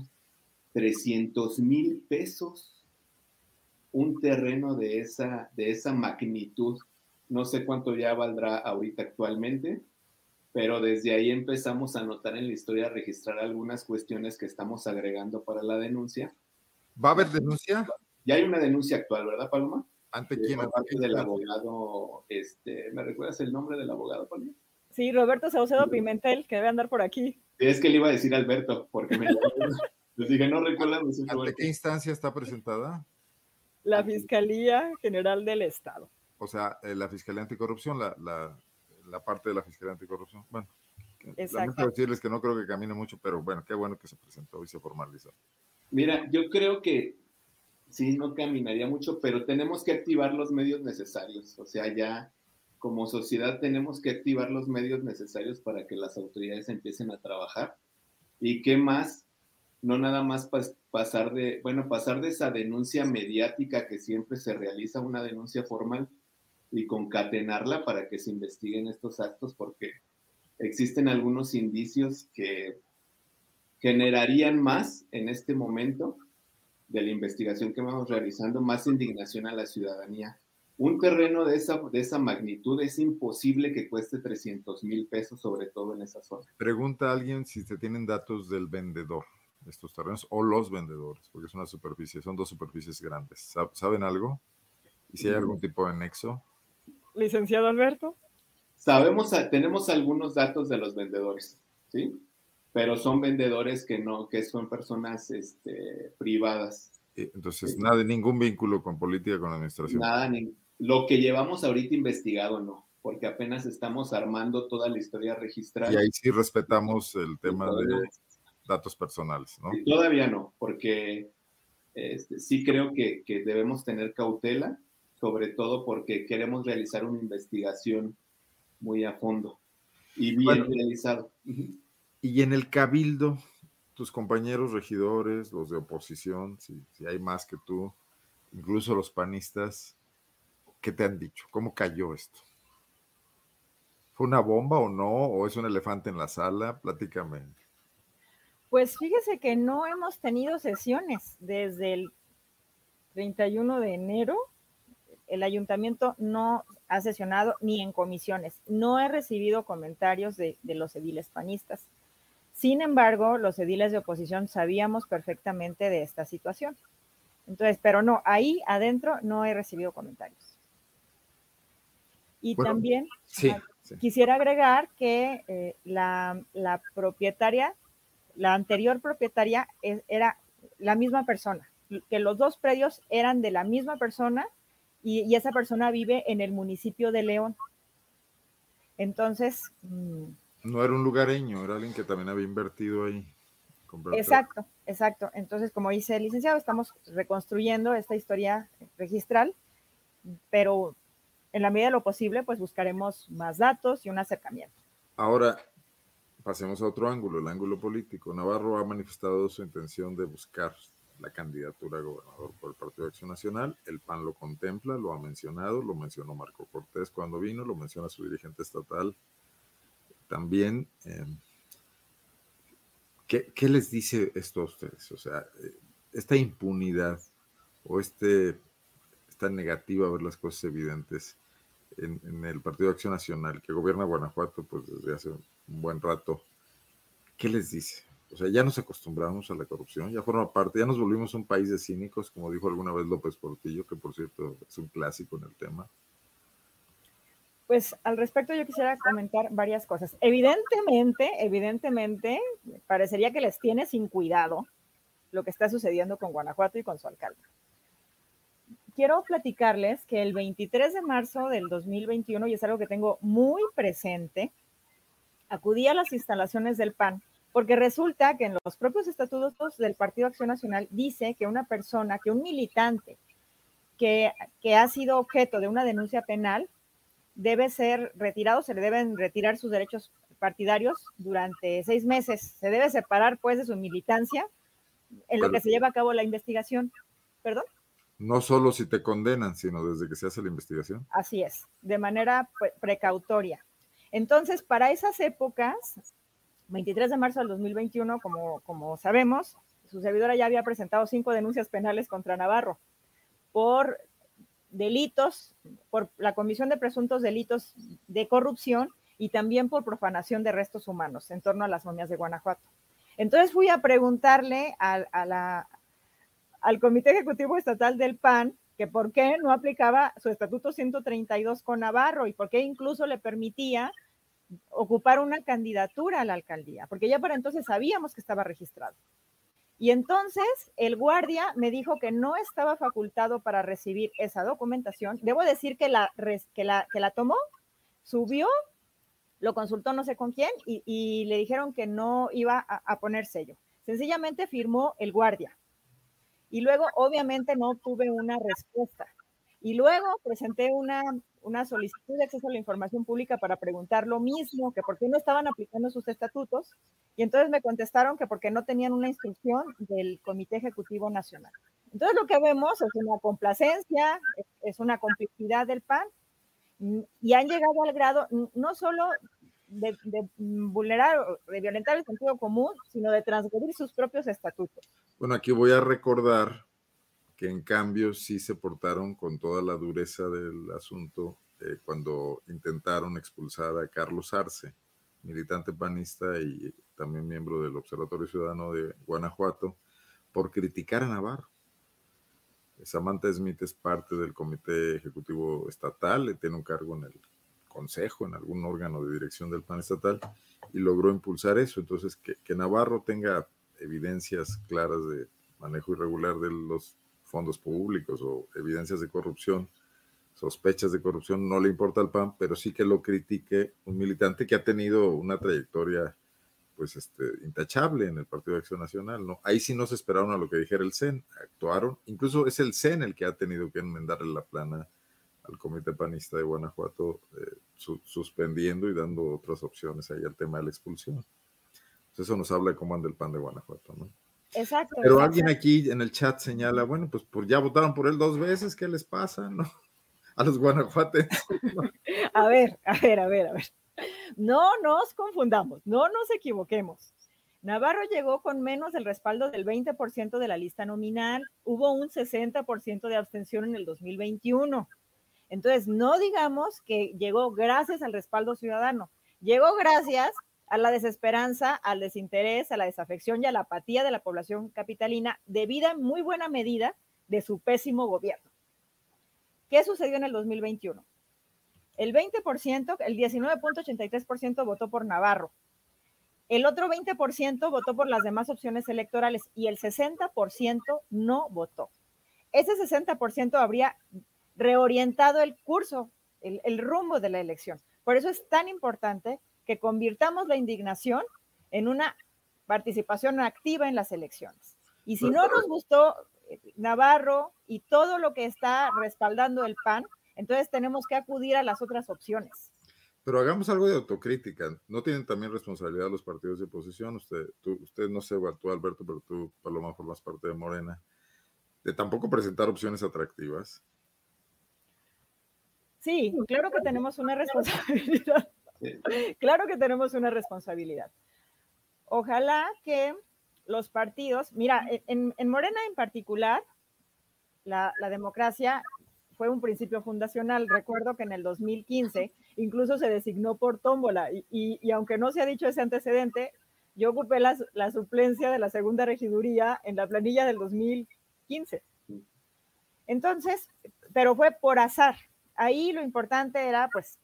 300,000 pesos un terreno de esa magnitud. No sé cuánto ya valdrá ahorita actualmente, pero desde ahí empezamos a notar en la historia, a registrar algunas cuestiones que estamos agregando para la denuncia. ¿Va a haber denuncia? Ya hay una denuncia actual, ¿verdad, Paloma? ¿Ante quién? Por parte del abogado, ¿me recuerdas el nombre del abogado, Paloma? Sí, Roberto Saucedo Pimentel, que debe andar por aquí. Es que le iba a decir Alberto, porque les dije, no recuerdo. ¿Ante qué instancia está presentada? La Fiscalía General del Estado. O sea, la Fiscalía Anticorrupción, la parte de la Fiscalía Anticorrupción. Bueno, lamento decirles que no creo que camine mucho, pero bueno, qué bueno que se presentó y se formalizó. Mira, yo creo que sí, no caminaría mucho, pero tenemos que activar los medios necesarios. O sea, ya como sociedad tenemos que activar los medios necesarios para que las autoridades empiecen a trabajar. ¿Y qué más? No nada más pasar de esa denuncia mediática que siempre se realiza, una denuncia formal, y concatenarla para que se investiguen estos actos, porque existen algunos indicios que generarían más en este momento de la investigación que vamos realizando, más indignación a la ciudadanía. Un terreno de esa magnitud es imposible que cueste 300,000 pesos, sobre todo en esa zona. Pregunta a alguien si se tienen datos del vendedor de estos terrenos o los vendedores, porque es una superficie, son dos superficies grandes. ¿Saben algo? ¿Y si hay algún tipo de nexo? Licenciado Alberto. Tenemos algunos datos de los vendedores, ¿sí? Pero son vendedores que son personas privadas. Entonces, ningún vínculo con política, con la administración. Nada, lo que llevamos ahorita investigado no, porque apenas estamos armando toda la historia registral. Y ahí sí respetamos el tema datos personales, ¿no? Todavía no, porque sí creo que debemos tener cautela, sobre todo porque queremos realizar una investigación muy a fondo y bien realizado. Y en el cabildo, tus compañeros regidores, los de oposición, si hay más que tú, incluso los panistas, ¿qué te han dicho? ¿Cómo cayó esto? ¿Fue una bomba o no? ¿O es un elefante en la sala? Platícame. Pues fíjese que no hemos tenido sesiones desde el 31 de enero. El ayuntamiento no ha sesionado ni en comisiones. No he recibido comentarios de los ediles panistas. Sin embargo, los ediles de oposición sabíamos perfectamente de esta situación. Entonces, pero no, ahí adentro no he recibido comentarios. Y bueno, también sí. Quisiera agregar que la propietaria, la anterior propietaria era la misma persona, que los dos predios eran de la misma persona y esa persona vive en el municipio de León. Entonces... no era un lugareño, era alguien que también había invertido ahí. Exacto, exacto. Entonces, como dice el licenciado, estamos reconstruyendo esta historia registral, pero en la medida de lo posible, pues buscaremos más datos y un acercamiento. Ahora, pasemos a otro ángulo, el ángulo político. Navarro ha manifestado su intención de buscar la candidatura a gobernador por el Partido de Acción Nacional. El PAN lo contempla, lo ha mencionado, lo mencionó Marco Cortés cuando vino, lo menciona su dirigente estatal también. ¿Qué les dice esto a ustedes? O sea, esta impunidad o esta negativa a ver las cosas evidentes en el Partido de Acción Nacional, que gobierna Guanajuato pues desde hace un buen rato, ¿qué les dice? O sea, ya nos acostumbramos a la corrupción, ya forma parte, ya nos volvimos un país de cínicos, como dijo alguna vez López Portillo, que por cierto es un clásico en el tema. Pues al respecto yo quisiera comentar varias cosas. Evidentemente, parecería que les tiene sin cuidado lo que está sucediendo con Guanajuato y con su alcalde. Quiero platicarles que el 23 de marzo del 2021, y es algo que tengo muy presente, acudí a las instalaciones del PAN, porque resulta que en los propios estatutos del Partido Acción Nacional dice que una persona, que un militante que ha sido objeto de una denuncia penal, debe ser retirado, se le deben retirar sus derechos partidarios durante 6 meses. Se debe separar, pues, de su militancia en lo que se lleva a cabo la investigación. ¿Perdón? No solo si te condenan, sino desde que se hace la investigación. Así es, de manera precautoria. Entonces, para esas épocas, 23 de marzo del 2021, como sabemos, su servidora ya había presentado 5 denuncias penales contra Navarro por delitos, por la comisión de presuntos delitos de corrupción y también por profanación de restos humanos en torno a las momias de Guanajuato. Entonces fui a preguntarle al Comité Ejecutivo Estatal del PAN que por qué no aplicaba su estatuto 132 con Navarro y por qué incluso le permitía ocupar una candidatura a la alcaldía, porque ya para entonces sabíamos que estaba registrado. Y entonces el guardia me dijo que no estaba facultado para recibir esa documentación. Debo decir que la tomó, subió, lo consultó no sé con quién y le dijeron que no iba a poner sello. Sencillamente firmó el guardia. Y luego obviamente no tuve una respuesta. Y luego presenté una solicitud de acceso a la información pública para preguntar lo mismo, que por qué no estaban aplicando sus estatutos, y entonces me contestaron que porque no tenían una instrucción del Comité Ejecutivo Nacional. Entonces lo que vemos es una complacencia, es una complicidad del PAN, y han llegado al grado no solo de vulnerar, de violentar el sentido común, sino de transgredir sus propios estatutos. Bueno, aquí voy a recordar que en cambio sí se portaron con toda la dureza del asunto cuando intentaron expulsar a Carlos Arce, militante panista y también miembro del Observatorio Ciudadano de Guanajuato, por criticar a Navarro. Samantha Smith es parte del Comité Ejecutivo Estatal, tiene un cargo en el Consejo, en algún órgano de dirección del PAN estatal, y logró impulsar eso. Entonces, que Navarro tenga evidencias claras de manejo irregular de los fondos públicos o evidencias de corrupción, sospechas de corrupción, no le importa al PAN, pero sí que lo critique un militante que ha tenido una trayectoria pues intachable en el Partido de Acción Nacional, ¿no? Ahí sí no se esperaron a lo que dijera el CEN, actuaron, incluso es el CEN el que ha tenido que enmendarle la plana al Comité Panista de Guanajuato, suspendiendo y dando otras opciones ahí al tema de la expulsión. Entonces eso nos habla de cómo anda el PAN de Guanajuato, ¿no? Exacto. Pero exacto. Alguien aquí en el chat señala, bueno, pues ya votaron por él 2 veces, ¿qué les pasa, no? A los guanajuatenses, ¿no? A ver. No nos confundamos, no nos equivoquemos. Navarro llegó con menos del respaldo del 20% de la lista nominal. Hubo un 60% de abstención en el 2021. Entonces, no digamos que llegó gracias al respaldo ciudadano. Llegó gracias a la desesperanza, al desinterés, a la desafección y a la apatía de la población capitalina, debida en muy buena medida de su pésimo gobierno. ¿Qué sucedió en el 2021? El 20%, el 19.83% votó por Navarro. El otro 20% votó por las demás opciones electorales y el 60% no votó. Ese 60% habría reorientado el curso, el rumbo de la elección. Por eso es tan importante que convirtamos la indignación en una participación activa en las elecciones. Y si no nos gustó Navarro y todo lo que está respaldando el PAN, entonces tenemos que acudir a las otras opciones. Pero hagamos algo de autocrítica. ¿No tienen también responsabilidad los partidos de oposición? Usted no sé, tú, Alberto, pero tú, Paloma, formas parte de Morena, de tampoco presentar opciones atractivas. Sí, claro que tenemos una responsabilidad. Claro que tenemos una responsabilidad. Ojalá que los partidos, mira, en Morena en particular, la democracia fue un principio fundacional. Recuerdo que en el 2015 incluso se designó por tómbola y aunque no se ha dicho ese antecedente, yo ocupé la suplencia de la segunda regiduría en la planilla del 2015. Entonces, pero fue por azar. Ahí lo importante era, pues,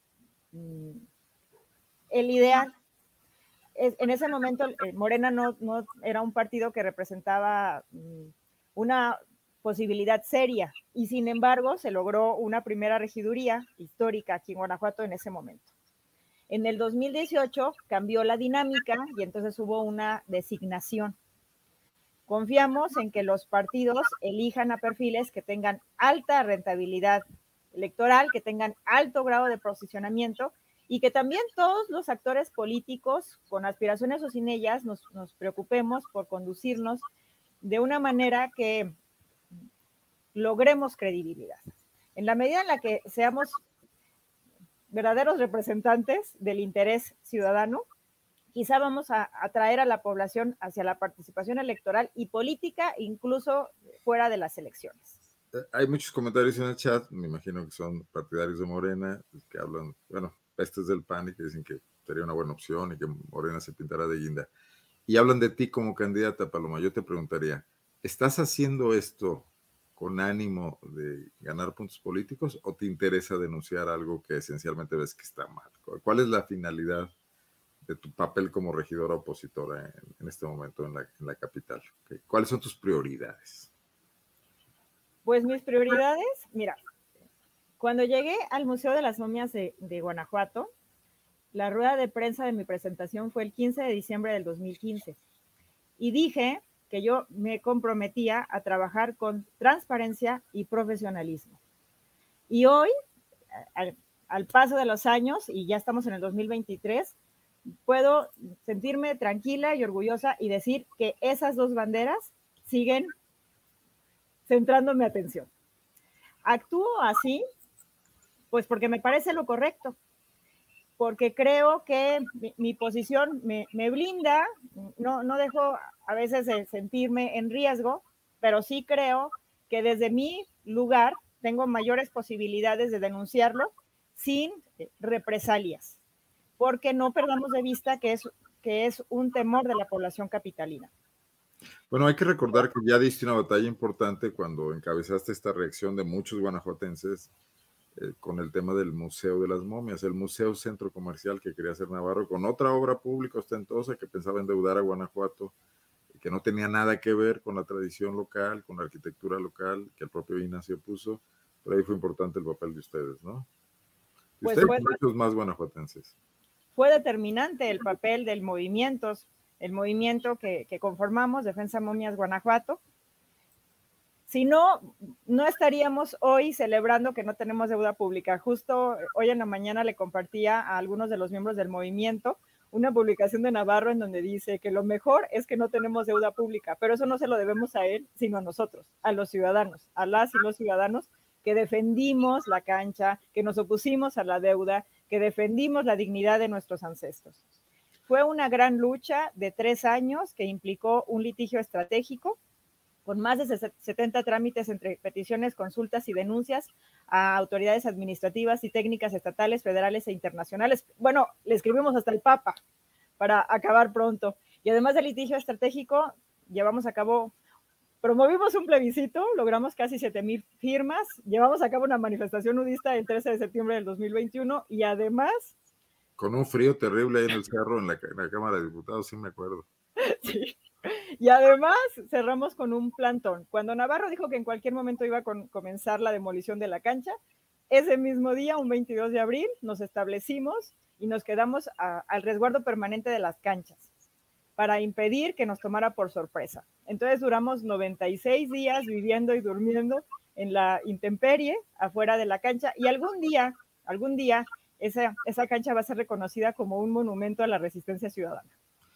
el ideal. En ese momento, Morena no era un partido que representaba una posibilidad seria y sin embargo se logró una primera regiduría histórica aquí en Guanajuato en ese momento. En el 2018 cambió la dinámica y entonces hubo una designación. Confiamos en que los partidos elijan a perfiles que tengan alta rentabilidad electoral, que tengan alto grado de posicionamiento y que también todos los actores políticos, con aspiraciones o sin ellas, nos preocupemos por conducirnos de una manera que logremos credibilidad. En la medida en la que seamos verdaderos representantes del interés ciudadano, quizá vamos a atraer a la población hacia la participación electoral y política, incluso fuera de las elecciones. Hay muchos comentarios en el chat, me imagino que son partidarios de Morena, que hablan, bueno, pestes del PAN y que dicen que sería una buena opción y que Morena se pintará de guinda. Y hablan de ti como candidata, Paloma. Yo te preguntaría, ¿estás haciendo esto con ánimo de ganar puntos políticos o te interesa denunciar algo que esencialmente ves que está mal? ¿Cuál es la finalidad de tu papel como regidora opositora en este momento en la capital? ¿Cuáles son tus prioridades? Pues mis prioridades, mira, cuando llegué al Museo de las Momias de Guanajuato, la rueda de prensa de mi presentación fue el 15 de diciembre del 2015 y dije que yo me comprometía a trabajar con transparencia y profesionalismo. Y hoy, al paso de los años, y ya estamos en el 2023, puedo sentirme tranquila y orgullosa y decir que esas dos banderas siguen centrando mi atención. Actúo así, pues porque me parece lo correcto, porque creo que mi posición me blinda, no dejo a veces de sentirme en riesgo, pero sí creo que desde mi lugar tengo mayores posibilidades de denunciarlo sin represalias, porque no perdamos de vista que es un temor de la población capitalina. Bueno, hay que recordar que ya diste una batalla importante cuando encabezaste esta reacción de muchos guanajuatenses con el tema del Museo de las Momias, el Museo Centro Comercial que quería hacer Navarro con otra obra pública ostentosa que pensaba endeudar a Guanajuato, que no tenía nada que ver con la tradición local, con la arquitectura local, que el propio INAH se opuso, pero ahí fue importante el papel de ustedes, ¿no? Y pues ustedes muchos más guanajuatenses. fue determinante el papel del movimiento que conformamos, Defensa Momias Guanajuato. Si no, no estaríamos hoy celebrando que no tenemos deuda pública. Justo hoy en la mañana le compartía a algunos de los miembros del movimiento una publicación de Navarro en donde dice que lo mejor es que no tenemos deuda pública, pero eso no se lo debemos a él, sino a nosotros, a los ciudadanos, a las y los ciudadanos que defendimos la cancha, que nos opusimos a la deuda, que defendimos la dignidad de nuestros ancestros. Fue una gran lucha de 3 años que implicó un litigio estratégico con más de 70 trámites entre peticiones, consultas y denuncias a autoridades administrativas y técnicas estatales, federales e internacionales. Bueno, le escribimos hasta el Papa para acabar pronto. Y además del litigio estratégico, promovimos un plebiscito, logramos casi 7,000 firmas, llevamos a cabo una manifestación nudista el 13 de septiembre del 2021 y además... Con un frío terrible ahí en el cerro, en la Cámara de Diputados, sí me acuerdo. Sí. Y además cerramos con un plantón. Cuando Navarro dijo que en cualquier momento iba a comenzar la demolición de la cancha, ese mismo día, un 22 de abril, nos establecimos y nos quedamos al resguardo permanente de las canchas para impedir que nos tomara por sorpresa. Entonces duramos 96 días viviendo y durmiendo en la intemperie afuera de la cancha y algún día esa cancha va a ser reconocida como un monumento a la resistencia ciudadana.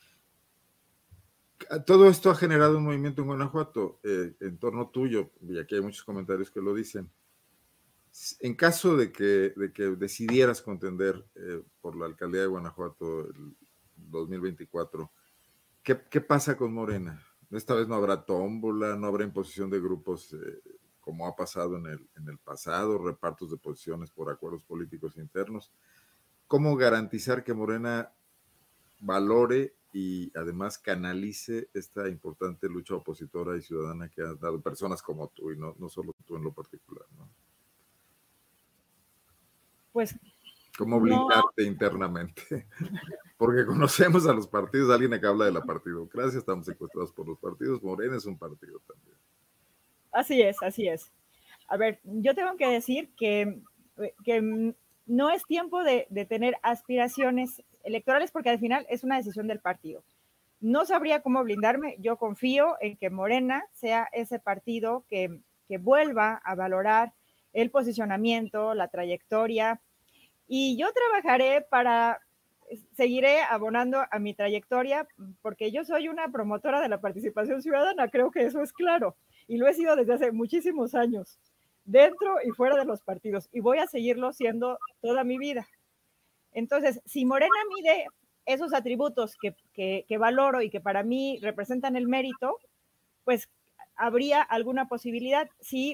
Todo esto ha generado un movimiento en Guanajuato en torno tuyo, y aquí hay muchos comentarios que lo dicen. En caso de que decidieras contender por la alcaldía de Guanajuato el 2024, ¿qué pasa con Morena? Esta vez no habrá tómbola, no habrá imposición de grupos como ha pasado en el pasado, repartos de posiciones por acuerdos políticos internos. ¿Cómo garantizar que Morena valore y además canalice esta importante lucha opositora y ciudadana que han dado personas como tú y no solo tú en lo particular, ¿no? Pues ¿cómo blindarte internamente? Porque conocemos a los partidos, alguien que habla de la partidocracia, estamos secuestrados por los partidos, Morena es un partido también. Así es. A ver, yo tengo que decir que no es tiempo de tener aspiraciones electorales porque al final es una decisión del partido. No sabría cómo blindarme, yo confío en que Morena sea ese partido que vuelva a valorar el posicionamiento, la trayectoria, y yo seguiré abonando a mi trayectoria porque yo soy una promotora de la participación ciudadana, creo que eso es claro, y lo he sido desde hace muchísimos años, dentro y fuera de los partidos, y voy a seguirlo siendo toda mi vida. Entonces, si Morena mide esos atributos que valoro y que para mí representan el mérito, pues habría alguna posibilidad. Si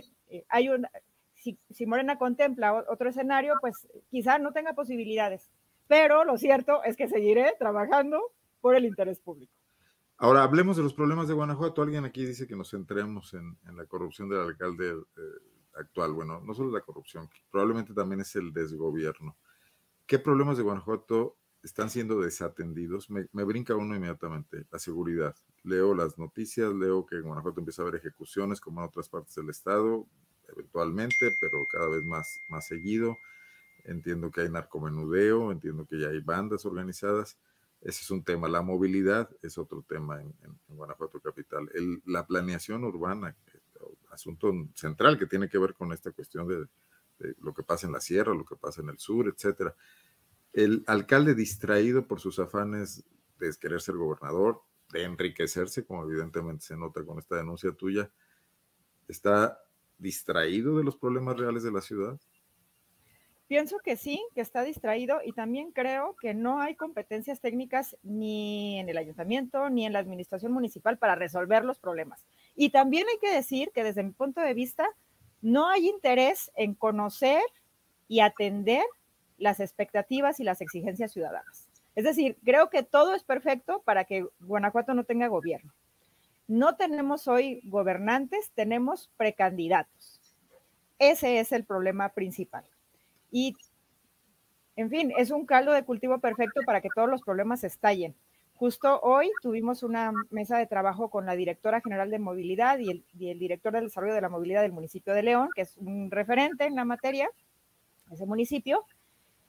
Morena contempla otro escenario, pues quizá no tenga posibilidades. Pero lo cierto es que seguiré trabajando por el interés público. Ahora, hablemos de los problemas de Guanajuato. Alguien aquí dice que nos centremos en la corrupción del alcalde actual. Bueno, no solo la corrupción, probablemente también es el desgobierno. ¿Qué problemas de Guanajuato están siendo desatendidos? Me brinca uno inmediatamente, la seguridad. Leo las noticias, leo que en Guanajuato empieza a haber ejecuciones como en otras partes del estado, eventualmente, pero cada vez más seguido. Entiendo que hay narcomenudeo, entiendo que ya hay bandas organizadas. Ese es un tema. La movilidad es otro tema en Guanajuato capital. La planeación urbana, asunto central que tiene que ver con esta cuestión de lo que pasa en la sierra, lo que pasa en el sur, etcétera. El alcalde distraído por sus afanes de querer ser gobernador, de enriquecerse, como evidentemente se nota con esta denuncia tuya, ¿está distraído de los problemas reales de la ciudad? Pienso que sí, que está distraído y también creo que no hay competencias técnicas ni en el ayuntamiento ni en la administración municipal para resolver los problemas. Y también hay que decir que desde mi punto de vista no hay interés en conocer y atender las expectativas y las exigencias ciudadanas. Es decir, creo que todo es perfecto para que Guanajuato no tenga gobierno. No tenemos hoy gobernantes, tenemos precandidatos. Ese es el problema principal. Y, en fin, es un caldo de cultivo perfecto para que todos los problemas estallen. Justo hoy tuvimos una mesa de trabajo con la directora general de movilidad y el director del desarrollo de la movilidad del municipio de León, que es un referente en la materia, ese municipio,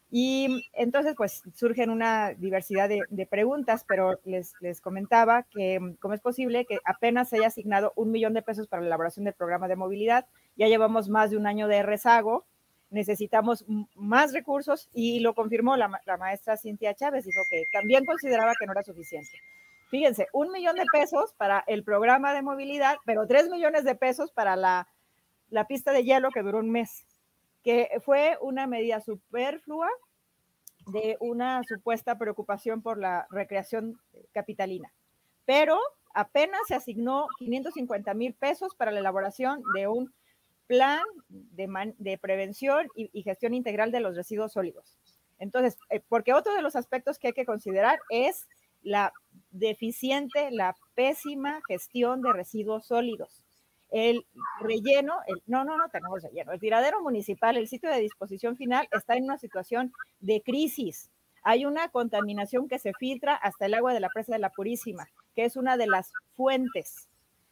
Y entonces, pues, surgen una diversidad de preguntas, pero les comentaba que cómo es posible que apenas se haya asignado $1 millón para la elaboración del programa de movilidad. Ya llevamos más de un año de rezago, necesitamos más recursos, y lo confirmó la maestra Cintia Chávez, dijo que también consideraba que no era suficiente. Fíjense, $1 millón para el programa de movilidad, pero $3 millones para la pista de hielo, que duró un mes, que fue una medida superflua de una supuesta preocupación por la recreación capitalina. Pero apenas se asignó $550,000 para la elaboración de un plan de prevención y gestión integral de los residuos sólidos. Entonces, porque otro de los aspectos que hay que considerar es la deficiente, la pésima gestión de residuos sólidos. El relleno, no tenemos relleno, el tiradero municipal, el sitio de disposición final está en una situación de crisis. Hay una contaminación que se filtra hasta el agua de la presa de la Purísima, que es una de las fuentes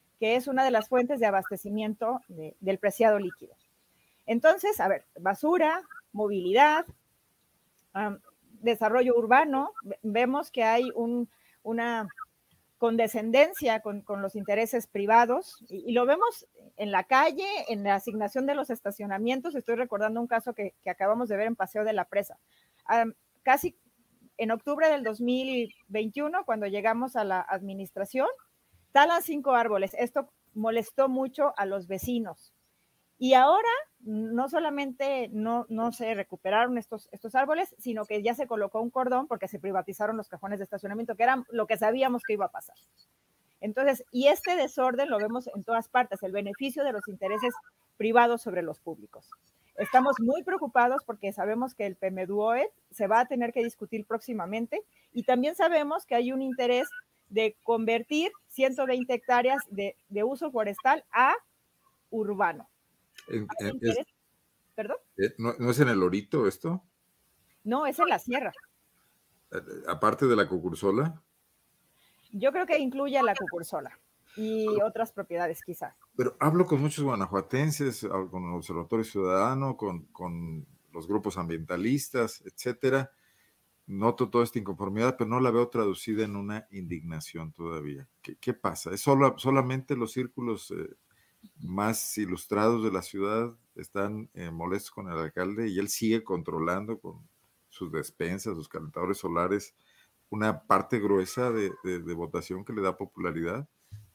de abastecimiento del preciado líquido. Entonces, a ver, basura, movilidad, desarrollo urbano, vemos que hay una condescendencia con los intereses privados, y lo vemos en la calle, en la asignación de los estacionamientos. Estoy recordando un caso que acabamos de ver en Paseo de la Presa. Casi en octubre del 2021, cuando llegamos a la administración, talan 5 árboles. Esto molestó mucho a los vecinos. Y ahora no solamente no se recuperaron estos árboles, sino que ya se colocó un cordón porque se privatizaron los cajones de estacionamiento, que eran lo que sabíamos que iba a pasar. Entonces, y este desorden lo vemos en todas partes, el beneficio de los intereses privados sobre los públicos. Estamos muy preocupados porque sabemos que el PMDUOE se va a tener que discutir próximamente, y también sabemos que hay un interés de convertir 120 hectáreas de uso forestal a urbano. ¿Perdón? ¿No es en el Orito esto? No, es en la sierra. Aparte de la Cucursola. Yo creo que incluye a la Cucursola y otras propiedades quizás. Pero hablo con muchos guanajuatenses, con el Observatorio Ciudadano, con los grupos ambientalistas, etcétera. Noto toda esta inconformidad, pero no la veo traducida en una indignación todavía. ¿Qué pasa? ¿Es solamente los círculos más ilustrados de la ciudad están molestos con el alcalde y él sigue controlando con sus despensas, sus calentadores solares, una parte gruesa de votación que le da popularidad?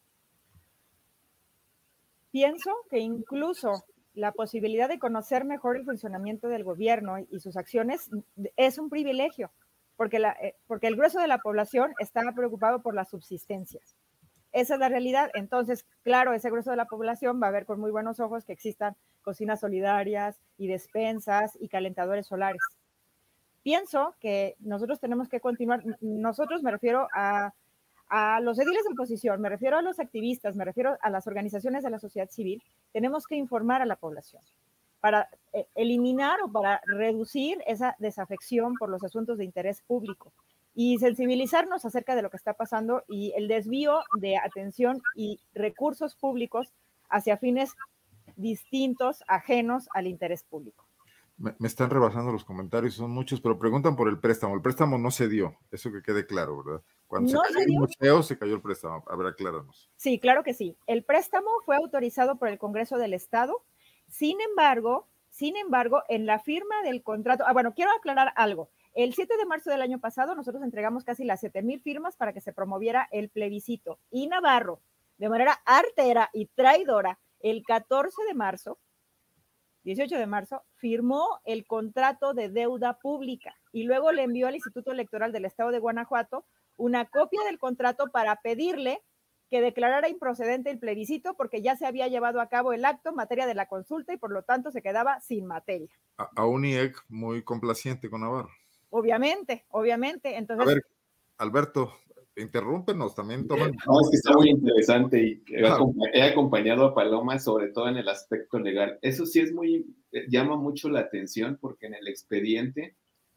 Pienso que incluso la posibilidad de conocer mejor el funcionamiento del gobierno y sus acciones es un privilegio, porque el grueso de la población está preocupado por la subsistencia. Esa es la realidad. Entonces, claro, ese grueso de la población va a ver con muy buenos ojos que existan cocinas solidarias y despensas y calentadores solares. Pienso que nosotros tenemos que continuar. Nosotros, me refiero a los ediles de oposición, me refiero a los activistas, me refiero a las organizaciones de la sociedad civil. Tenemos que informar a la población para eliminar o para reducir esa desafección por los asuntos de interés público y sensibilizarnos acerca de lo que está pasando y el desvío de atención y recursos públicos hacia fines distintos, ajenos al interés público. Me están rebasando los comentarios, son muchos, pero preguntan por el préstamo. El préstamo no se dio, eso que quede claro, ¿verdad? Cuando ¿No se cayó el museo, se cayó el préstamo. A ver, acláranos. Sí, claro que sí. El préstamo fue autorizado por el Congreso del Estado. Sin embargo, en la firma del contrato, quiero aclarar algo. El 7 de marzo del año pasado, nosotros entregamos casi las 7,000 firmas para que se promoviera el plebiscito. Y Navarro, de manera artera y traidora, el 14 de marzo, 18 de marzo, firmó el contrato de deuda pública y luego le envió al Instituto Electoral del Estado de Guanajuato una copia del contrato para pedirle que declarara improcedente el plebiscito porque ya se había llevado a cabo el acto en materia de la consulta y por lo tanto se quedaba sin materia. A un IEC muy complaciente con Navarro. Obviamente. Entonces, a ver, Alberto, interrúmpenos, también toman. No, es que está muy interesante y he acompañado a Paloma, sobre todo en el aspecto legal. Eso sí llama mucho la atención porque en el expediente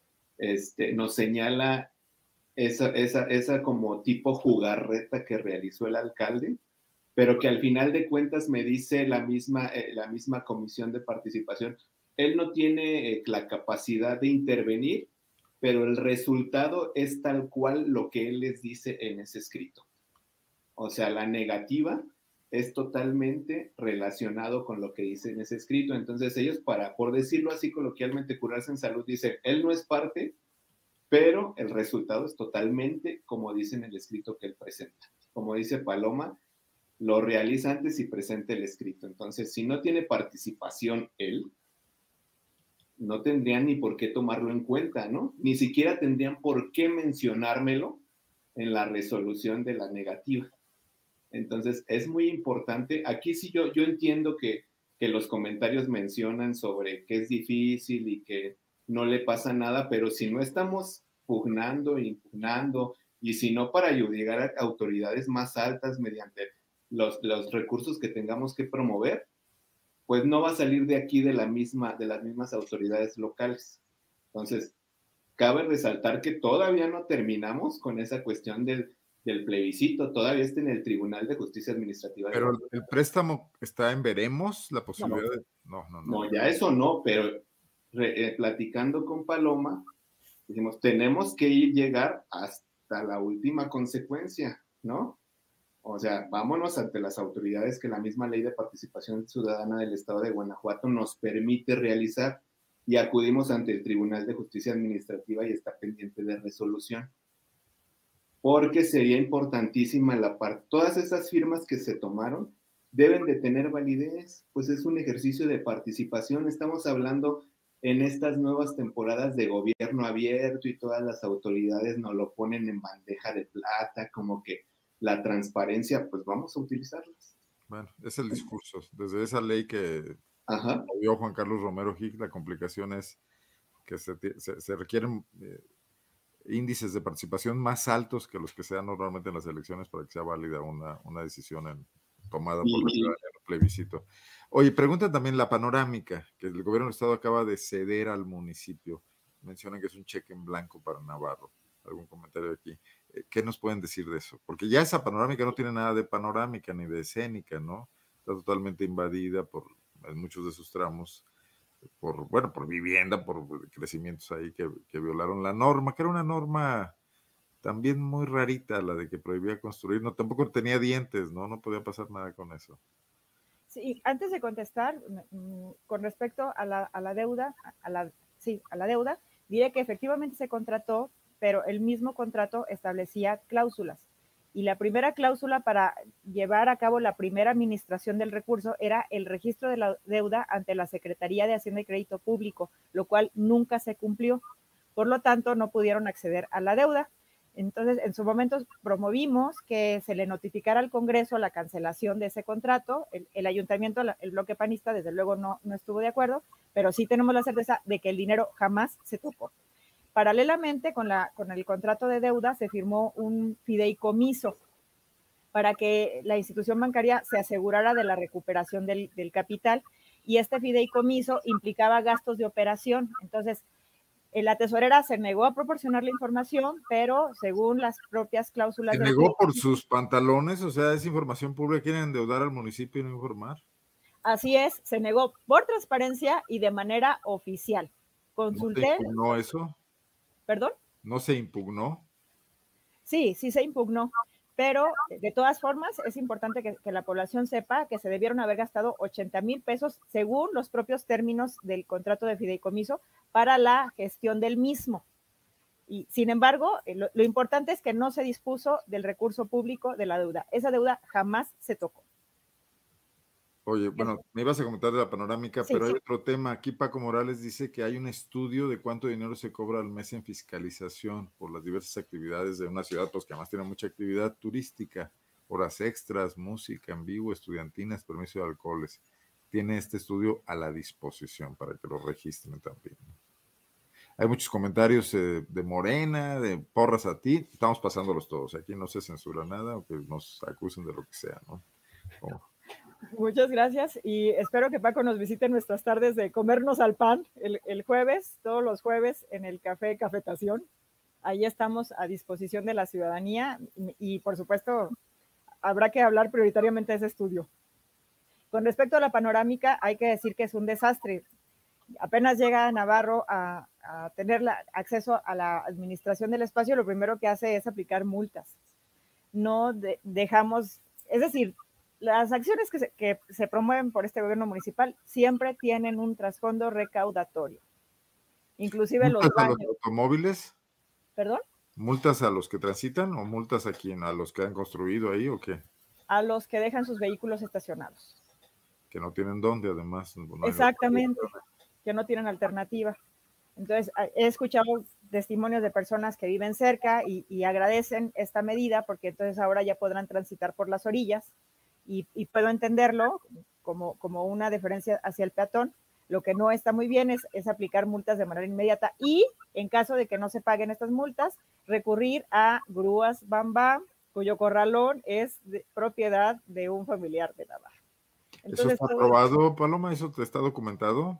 nos señala esa como tipo jugarreta que realizó el alcalde, pero que al final de cuentas me dice la misma comisión de participación, él no tiene la capacidad de intervenir, pero el resultado es tal cual lo que él les dice en ese escrito. O sea, la negativa es totalmente relacionado con lo que dice en ese escrito. Entonces ellos, por decirlo así coloquialmente, curarse en salud, dicen, él no es parte, pero el resultado es totalmente como dice en el escrito que él presenta. Como dice Paloma, lo realiza antes y presenta el escrito. Entonces, si no tiene participación él, no tendrían ni por qué tomarlo en cuenta, ¿no? Ni siquiera tendrían por qué mencionármelo en la resolución de la negativa. Entonces, es muy importante. Aquí sí yo entiendo que los comentarios mencionan sobre que es difícil y que no le pasa nada, pero si no estamos pugnando e impugnando, y si no para llegar a autoridades más altas mediante los recursos que tengamos que promover, pues no va a salir de aquí de las mismas autoridades locales. Entonces, cabe resaltar que todavía no terminamos con esa cuestión del plebiscito, todavía está en el Tribunal de Justicia Administrativa. Pero el préstamo está en veremos, la posibilidad de... No, ya eso no, pero platicando con Paloma, dijimos, tenemos que llegar hasta la última consecuencia, ¿no? O sea, vámonos ante las autoridades que la misma Ley de Participación Ciudadana del Estado de Guanajuato nos permite realizar, y acudimos ante el Tribunal de Justicia Administrativa y está pendiente de resolución. Porque sería importantísima la parte. Todas esas firmas que se tomaron deben de tener validez, pues es un ejercicio de participación. Estamos hablando en estas nuevas temporadas de gobierno abierto y todas las autoridades nos lo ponen en bandeja de plata, como que la transparencia, pues vamos a utilizarlas. Bueno, es el discurso. Desde esa ley que vio Juan Carlos Romero Hicks, la complicación es que se requieren índices de participación más altos que los que se dan normalmente en las elecciones para que sea válida una decisión tomada por la ciudadanía en un plebiscito. Oye, pregunta también la panorámica, que el gobierno del estado acaba de ceder al municipio. Mencionan que es un cheque en blanco para Navarro. ¿Algún comentario aquí? ¿Qué nos pueden decir de eso? Porque ya esa panorámica no tiene nada de panorámica ni de escénica, ¿no? Está totalmente invadida en muchos de sus tramos por vivienda, por crecimientos ahí que violaron la norma, que era una norma también muy rarita, la de que prohibía construir, no, tampoco tenía dientes, no podía pasar nada con eso. Sí, antes de contestar, con respecto a la deuda, a la deuda, diré que efectivamente se contrató, pero el mismo contrato establecía cláusulas. Y la primera cláusula para llevar a cabo la primera administración del recurso era el registro de la deuda ante la Secretaría de Hacienda y Crédito Público, lo cual nunca se cumplió. Por lo tanto, no pudieron acceder a la deuda. Entonces, en su momento promovimos que se le notificara al Congreso la cancelación de ese contrato. El ayuntamiento, el bloque panista, desde luego no estuvo de acuerdo, pero sí tenemos la certeza de que el dinero jamás se tocó. Paralelamente con el contrato de deuda se firmó un fideicomiso para que la institución bancaria se asegurara de la recuperación del capital, y este fideicomiso implicaba gastos de operación. Entonces, la tesorera se negó a proporcionar la información, pero según las propias cláusulas... ¿Se negó por sus pantalones? O sea, ¿es información pública? ¿Quieren endeudar al municipio y no informar? Así es, se negó por transparencia y de manera oficial. Consulté... ¿No se impugnó eso? ¿Perdón? ¿No se impugnó? Sí se impugnó, pero de todas formas es importante que la población sepa que se debieron haber gastado 80,000 pesos según los propios términos del contrato de fideicomiso para la gestión del mismo. Y sin embargo, lo importante es que no se dispuso del recurso público de la deuda. Esa deuda jamás se tocó. Oye, bueno, me ibas a comentar de la panorámica, Sí, pero sí. hay otro tema. Aquí Paco Morales dice que hay un estudio de cuánto dinero se cobra al mes en fiscalización por las diversas actividades de una ciudad, pues que además tiene mucha actividad turística, horas extras, música en vivo, estudiantinas, permiso de alcoholes. Tiene este estudio a la disposición para que lo registren también. Hay muchos comentarios de Morena, de porras a ti. Estamos pasándolos todos. Aquí no se censura nada, aunque nos acusen de lo que sea, ¿no? Muchas gracias y espero que Paco nos visite en nuestras tardes de comernos al pan el jueves, todos los jueves en el Café Cafetación. Ahí estamos a disposición de la ciudadanía y por supuesto habrá que hablar prioritariamente de ese estudio. Con respecto a la panorámica, hay que decir que es un desastre. apenas llega Navarro a tener acceso a la administración del espacio, lo primero que hace es aplicar multas. No dejamos, es decir, las acciones que se promueven por este gobierno municipal siempre tienen un trasfondo recaudatorio. Inclusive los ¿Multas a baños. los automóviles? ¿Perdón? ¿Multas a los que transitan o multas a los que han construido ahí o qué? A los que dejan sus vehículos estacionados. Que no tienen dónde, además. No exactamente, que no tienen alternativa. Entonces, he escuchado testimonios de personas que viven cerca y agradecen esta medida porque entonces ahora ya podrán transitar por las orillas y puedo entenderlo como una deferencia hacia el peatón. Lo que no está muy bien es aplicar multas de manera inmediata y, en caso de que no se paguen estas multas, recurrir a grúas Bamba, cuyo corralón es propiedad de un familiar de Navarro. Entonces, ¿eso está aprobado, Paloma? ¿Eso está documentado?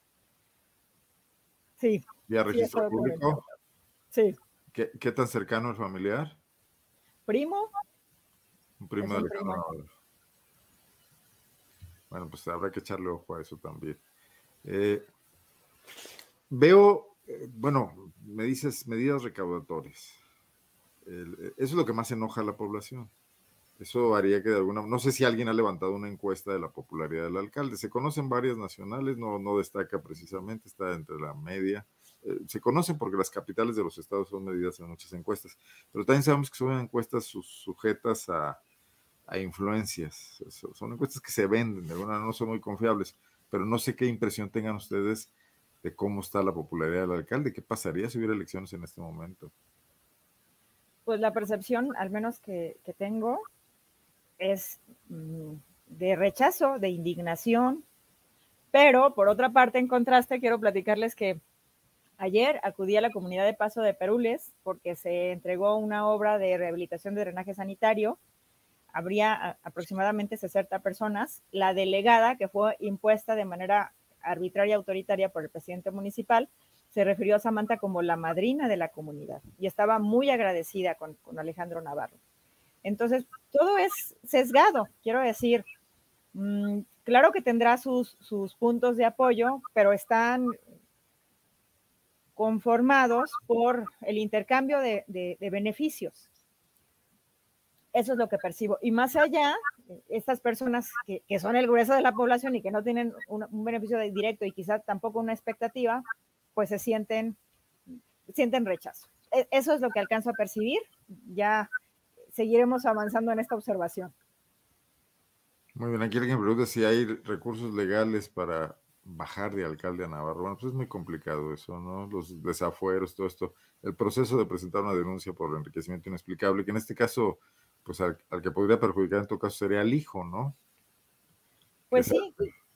Sí. ¿Vía registro público? Sí. ¿Qué tan cercano el familiar? ¿Primo? Un primo de Alejandro Navarro. Bueno, pues habrá que echarle ojo a eso también. Veo, bueno, me dices medidas recaudatorias. Eso es lo que más enoja a la población. Eso haría que de alguna... No sé si alguien ha levantado una encuesta de la popularidad del alcalde. Se conocen varias nacionales, no destaca precisamente, está entre la media. Se conocen porque las capitales de los estados son medidas en muchas encuestas, pero también sabemos que son encuestas sujetas a influencias. Son encuestas que se venden, de alguna no son muy confiables, pero no sé qué impresión tengan ustedes de cómo está la popularidad del alcalde. ¿Qué pasaría si hubiera elecciones en este momento? Pues la percepción, al menos que tengo, es de rechazo, de indignación, pero por otra parte, en contraste, quiero platicarles que ayer acudí a la comunidad de Paso de Perules porque se entregó una obra de rehabilitación de drenaje sanitario. Habría aproximadamente 60 personas. La delegada, que fue impuesta de manera arbitraria y autoritaria por el presidente municipal, se refirió a Samantha como la madrina de la comunidad y estaba muy agradecida con Alejandro Navarro. Entonces, todo es sesgado, quiero decir. Claro que tendrá sus puntos de apoyo, pero están conformados por el intercambio de beneficios. Eso es lo que percibo. Y más allá, estas personas que son el grueso de la población y que no tienen un beneficio directo y quizás tampoco una expectativa, pues se sienten rechazo. Eso es lo que alcanzo a percibir. Ya seguiremos avanzando en esta observación. Muy bien, aquí alguien pregunta si hay recursos legales para bajar de alcalde a Navarro. Bueno, pues es muy complicado eso, ¿no? Los desafueros, todo esto. El proceso de presentar una denuncia por enriquecimiento inexplicable, que en este caso, pues al que podría perjudicar en todo caso sería al hijo, ¿no? Pues sí,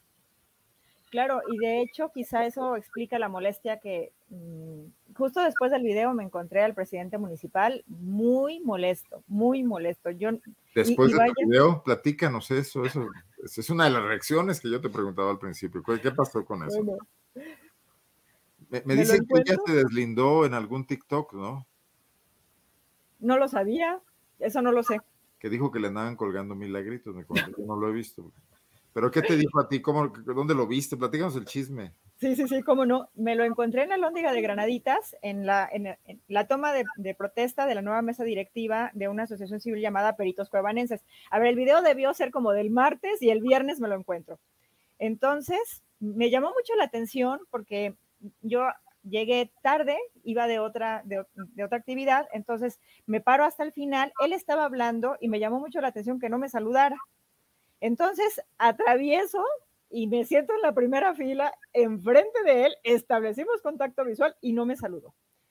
claro, y de hecho quizá eso explica la molestia que justo después del video me encontré al presidente municipal muy molesto, muy molesto. Después del video, platícanos eso es una de las reacciones que yo te preguntaba al principio. ¿Qué pasó con eso? Bueno, me dicen que ella se deslindó en algún TikTok, ¿no? No lo sabía, eso no lo sé. Que dijo que le andaban colgando milagritos, yo no lo he visto. ¿Pero qué te dijo a ti? ¿Dónde lo viste? Platícanos el chisme. Sí, cómo no. Me lo encontré en la Alhóndiga de Granaditas, en la toma de protesta de la nueva mesa directiva de una asociación civil llamada Peritos Cuevanenses. A ver, el video debió ser como del martes y el viernes me lo encuentro. Entonces, me llamó mucho la atención porque yo llegué tarde, iba de otra actividad, entonces me paro hasta el final, él estaba hablando y me llamó mucho la atención que no me saludara. Entonces atravieso y me siento en la primera fila, enfrente de él, establecimos contacto visual y no me saludó.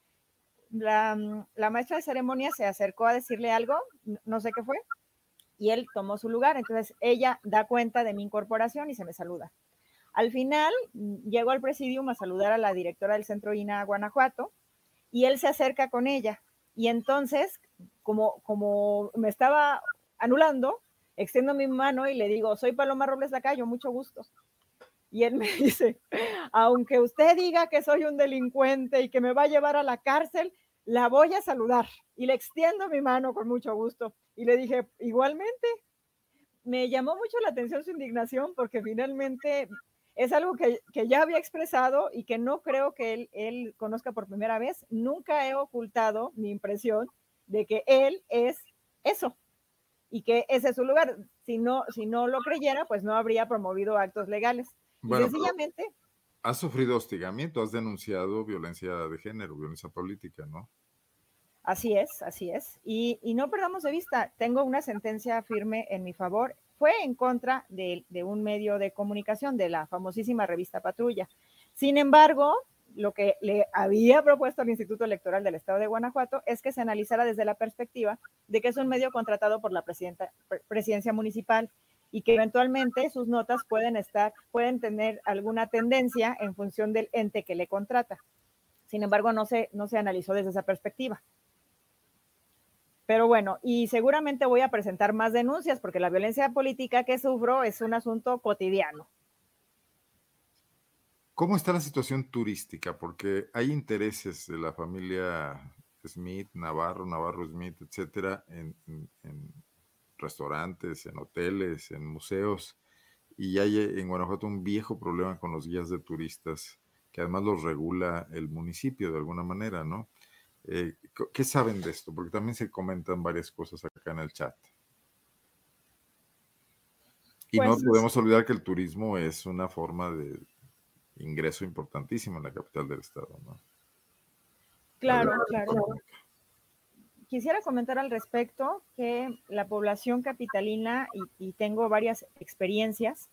La maestra de ceremonia se acercó a decirle algo, no sé qué fue, y él tomó su lugar. Entonces ella da cuenta de mi incorporación y se me saluda. Al final llego al presidium a saludar a la directora del Centro INA Guanajuato y él se acerca con ella. Y entonces, como me estaba anulando, extiendo mi mano y le digo, soy Paloma Robles Lacayo, mucho gusto. Y él me dice, aunque usted diga que soy un delincuente y que me va a llevar a la cárcel, la voy a saludar. Y le extiendo mi mano con mucho gusto. Y le dije, igualmente. Me llamó mucho la atención su indignación porque finalmente es algo que ya había expresado y que no creo que él conozca por primera vez. Nunca he ocultado mi impresión de que él es eso y que ese es su lugar. Si no lo creyera, pues no habría promovido actos legales. Bueno, y sencillamente... Has sufrido hostigamiento, has denunciado violencia de género, violencia política, ¿no? Así es, así es. Y no perdamos de vista, tengo una sentencia firme en mi favor. Fue en contra de un medio de comunicación, de la famosísima revista Patrulla. Sin embargo, lo que le había propuesto al Instituto Electoral del Estado de Guanajuato es que se analizara desde la perspectiva de que es un medio contratado por la presidencia municipal y que eventualmente sus notas pueden tener alguna tendencia en función del ente que le contrata. Sin embargo, no se analizó desde esa perspectiva. Pero bueno, y seguramente voy a presentar más denuncias porque la violencia política que sufro es un asunto cotidiano. ¿Cómo está la situación turística? Porque hay intereses de la familia Smith, Navarro Smith, etcétera, en restaurantes, en hoteles, en museos, y hay en Guanajuato un viejo problema con los guías de turistas, que además los regula el municipio de alguna manera, ¿no? ¿Qué saben de esto? Porque también se comentan varias cosas acá en el chat. Y pues, no podemos olvidar que el turismo es una forma de ingreso importantísimo en la capital del estado, ¿no? Claro, claro. Quisiera comentar al respecto que la población capitalina, y tengo varias experiencias,